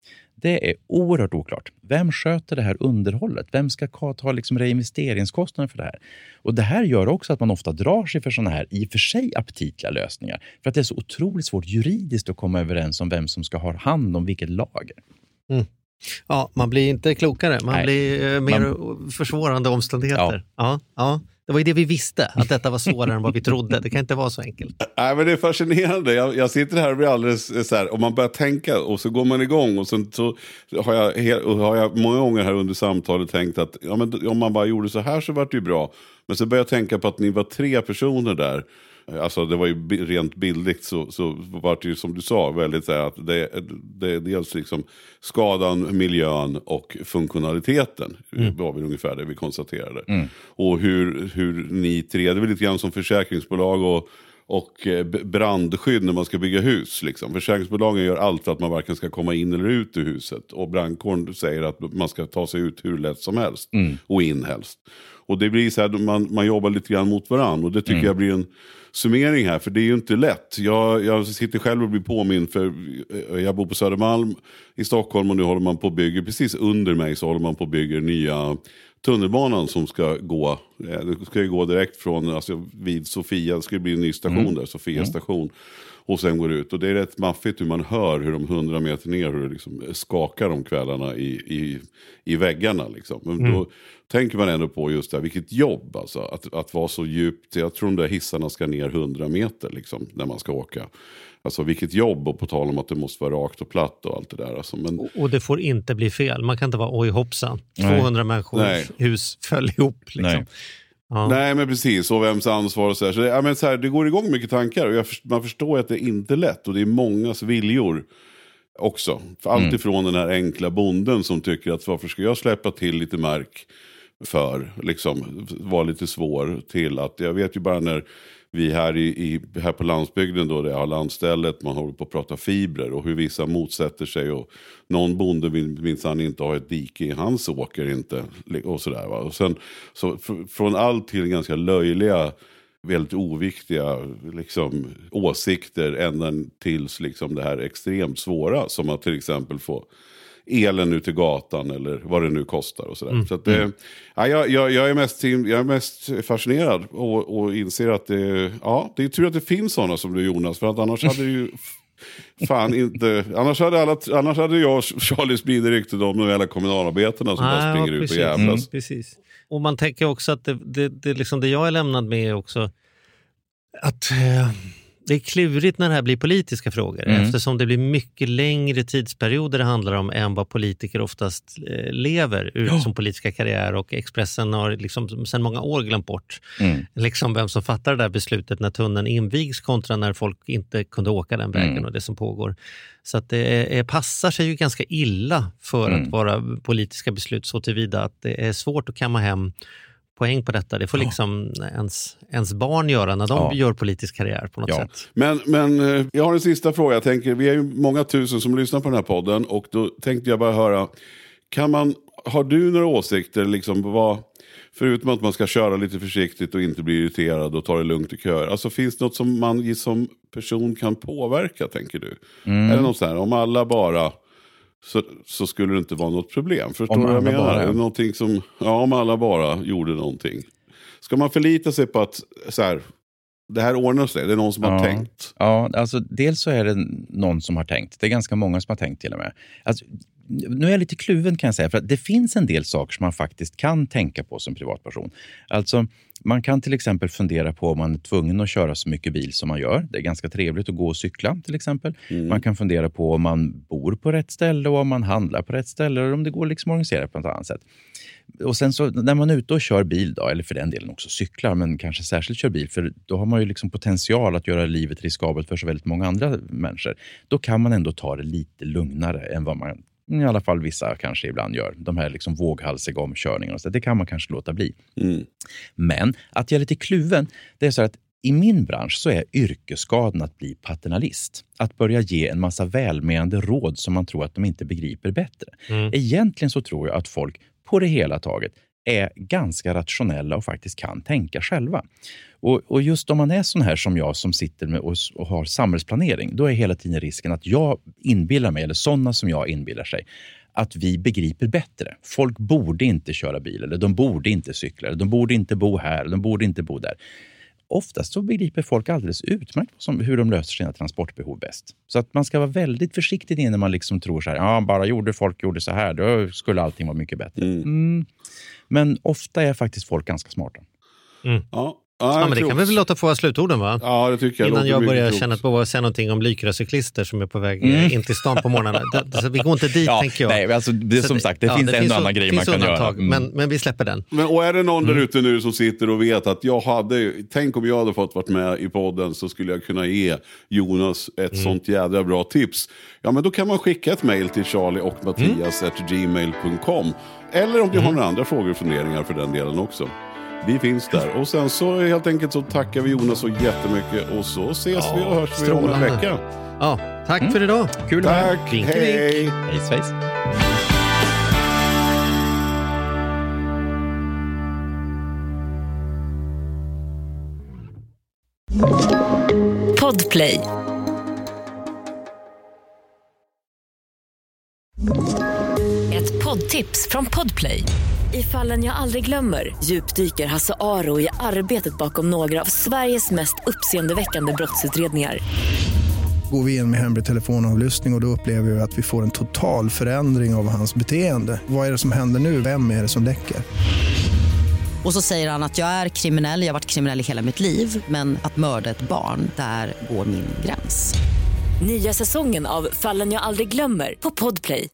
Det är oerhört oklart. Vem sköter det här underhållet? Vem ska ta liksom reinvesteringskostnader för det här? Och det här gör också att man ofta drar sig för sådana här i och för sig aptitliga lösningar. För att det är så otroligt svårt juridiskt att komma överens om vem som ska ha hand om vilket lager. Mm. Ja, man blir inte klokare. Man Nej. blir eh, mer Man... försvårande omständigheter. Ja. Ja, ja. Det var ju det vi visste, att detta var svårare än vad vi trodde. Det kan inte vara så enkelt. Nej, men det är fascinerande. Jag, jag sitter här och blir alldeles så här, om man börjar tänka och så går man igång och sen så har jag, har jag många gånger här under samtalet tänkt att ja, men om man bara gjorde så här så var det ju bra. Men så börjar jag tänka på att ni var tre personer där. Alltså det var ju rent bildligt så, så var det ju som du sa väldigt så här att det, det är dels liksom skadan, miljön och funktionaliteten mm. var väl ungefär det vi konstaterade. Mm. Och hur, hur ni tre, det är väl lite grann som försäkringsbolag och, och brandskydd när man ska bygga hus. Liksom. Försäkringsbolagen gör allt för att man varken ska komma in eller ut ur huset. Och brandkåren säger att man ska ta sig ut hur lätt som helst mm. och in helst. Och det blir så här, man, man jobbar lite grann mot varandra och det tycker mm. jag blir en summering här, för det är ju inte lätt. Jag, jag sitter själv och blir påminn, för jag bor på Södermalm i Stockholm och nu håller man på att bygga, precis under mig så håller man på att bygga nya tunnelbanan som ska gå, det ska ju gå direkt från, alltså vid Sofia, det ska bli en ny station mm. där, Sofia mm. station. Och sen går ut. Och det är rätt maffigt hur man hör hur de hundra meter ner hur det liksom skakar de kvällarna i, i, i väggarna. Liksom. Men mm. då tänker man ändå på just det här, vilket jobb alltså. Att, att vara så djupt. Jag tror de där hissarna ska ner hundra meter liksom, när man ska åka. Alltså vilket jobb, och på tal om att det måste vara rakt och platt och allt det där. Alltså, men... Och det får inte bli fel. Man kan inte vara oj hoppsan. tvåhundra människors hus föll ihop liksom. Nej. Ja. Nej, men precis, och vems ansvar och så här. Så det, ja, men så här, det går igång mycket tankar och jag, man förstår att det är inte lätt och det är mångas viljor också. För allt mm. ifrån den här enkla bonden som tycker att varför ska jag släppa till lite mark för, liksom, var lite svår, till att jag vet ju bara när vi här, i, i, här på landsbygden då, det har landstället, man håller på att prata fibrer och hur vissa motsätter sig och någon bonde vill minsann inte ha ett dike i hans åker inte och sådär va. Och sen så fr- från allt till ganska löjliga, väldigt oviktiga liksom, åsikter ända tills liksom det här extremt svåra som att till exempel få elen ut till gatan eller vad det nu kostar och sådär. Mm. Så att det, ja, jag, jag, jag, är mest, jag är mest fascinerad och, och inser att det, ja, det är tur att det finns sådana som du, Jonas, för att annars hade ju fan inte, annars hade, alla, annars hade jag och Charlie spridit ryktet om de alla kommunalarbetarna som ah, bara springer ja, ut och jävlas. Mm, precis. Och man tänker också att det, det, det, liksom det jag är lämnad med är också att eh, det är klurigt när det här blir politiska frågor mm. eftersom det blir mycket längre tidsperioder det handlar om än vad politiker oftast eh, lever ut ja. som politiska karriär, och Expressen har liksom sedan många år glömt bort mm. liksom vem som fattar det där beslutet när tunneln invigs kontra när folk inte kunde åka den vägen mm. och det som pågår. Så att det är, passar sig ju ganska illa för mm. att vara politiska beslut så tillvida att det är svårt att kamma hem poäng på detta. Det får liksom ja. ens, ens barn göra när de ja. gör politisk karriär på något ja. sätt. Men, men jag har en sista fråga. Jag tänker, vi är ju många tusen som lyssnar på den här podden och då tänkte jag bara höra, kan man, har du några åsikter liksom vad, förutom att man ska köra lite försiktigt och inte bli irriterad och ta det lugnt i köer. Alltså finns det något som man som person kan påverka, tänker du? Mm. Är det något så här, om alla bara Så, så skulle det inte vara något problem. Förstår du vad jag menar? Bara... Är det någonting som, ja, om alla bara gjorde någonting. Ska man förlita sig på att så här, det här ordnar sig? Det är någon som ja. har tänkt. Ja, alltså dels så är det någon som har tänkt. Det är ganska många som har tänkt till och med. Alltså, nu är jag lite kluven kan jag säga, för att det finns en del saker som man faktiskt kan tänka på som privatperson. Alltså man kan till exempel fundera på om man är tvungen att köra så mycket bil som man gör. Det är ganska trevligt att gå och cykla till exempel. Mm. Man kan fundera på om man bor på rätt ställe och om man handlar på rätt ställe och om det går liksom att organisera på ett annat sätt. Och sen så när man är ute och kör bil då, eller för den delen också cyklar, men kanske särskilt kör bil, för då har man ju liksom potential att göra livet riskabelt för så väldigt många andra människor. Då kan man ändå ta det lite lugnare än vad man i alla fall vissa kanske ibland gör, de här liksom våghalsiga omkörningarna, så det kan man kanske låta bli. Mm. Men att jag är lite kluven, det är så att i min bransch så är yrkesskadan att bli paternalist. Att börja ge en massa välmenande råd som man tror att de inte begriper bättre. Mm. Egentligen så tror jag att folk på det hela taget är ganska rationella och faktiskt kan tänka själva. Och, och just om man är sån här som jag som sitter med och, och har samhällsplanering, då är hela tiden risken att jag inbillar mig, eller sådana som jag inbillar sig, att vi begriper bättre. Folk borde inte köra bil, eller de borde inte cykla, eller de borde inte bo här, de borde inte bo där. Oftast så begriper folk alldeles utmärkt som hur de löser sina transportbehov bäst. Så att man ska vara väldigt försiktig innan man liksom tror så här, ja, bara gjorde folk gjorde så här, då skulle allting vara mycket bättre. Mm. Mm. Men ofta är faktiskt folk ganska smarta. Mm. Ja. Ja, ja, men det kan vi väl låta få slutorden, va? Ja, det tycker jag. Innan jag börjar känna på att säga någonting om lykracyklister som är på väg mm. in till stan på morgnarna. Det, så vi går inte dit, ja, tänker jag. Nej, alltså, det, som sagt, det så, finns ja, det en finns annan grej man kan göra. Mm. Men, men vi släpper den. Men, och är det någon mm. där ute nu som sitter och vet att jag hade, tänk om jag hade fått varit med i podden, så skulle jag kunna ge Jonas ett mm. sånt jädra bra tips. Ja, men då kan man skicka ett mejl till charlie och mattias mm. at gmail punkt com. Eller om du mm. har några andra frågor och funderingar för den delen också. Vi finns där. Och sen så helt enkelt så tackar vi Jonas så jättemycket. Och så ses ja, vi och hörs vi om en vecka. Ja, tack mm. för idag. Kul tack, att vink, hej. Vink. Hej svejs. Podplay. Ett poddtips från Podplay. I Fallen jag aldrig glömmer djupdyker Hasse Aro i arbetet bakom några av Sveriges mest uppseendeväckande brottsutredningar. Går vi in med hemlig telefonavlyssning och, och då upplever vi att vi får en total förändring av hans beteende. Vad är det som händer nu? Vem är det som läcker? Och så säger han att jag är kriminell, jag har varit kriminell i hela mitt liv, men att mörda ett barn, där går min gräns. Nya säsongen av Fallen jag aldrig glömmer på Podplay.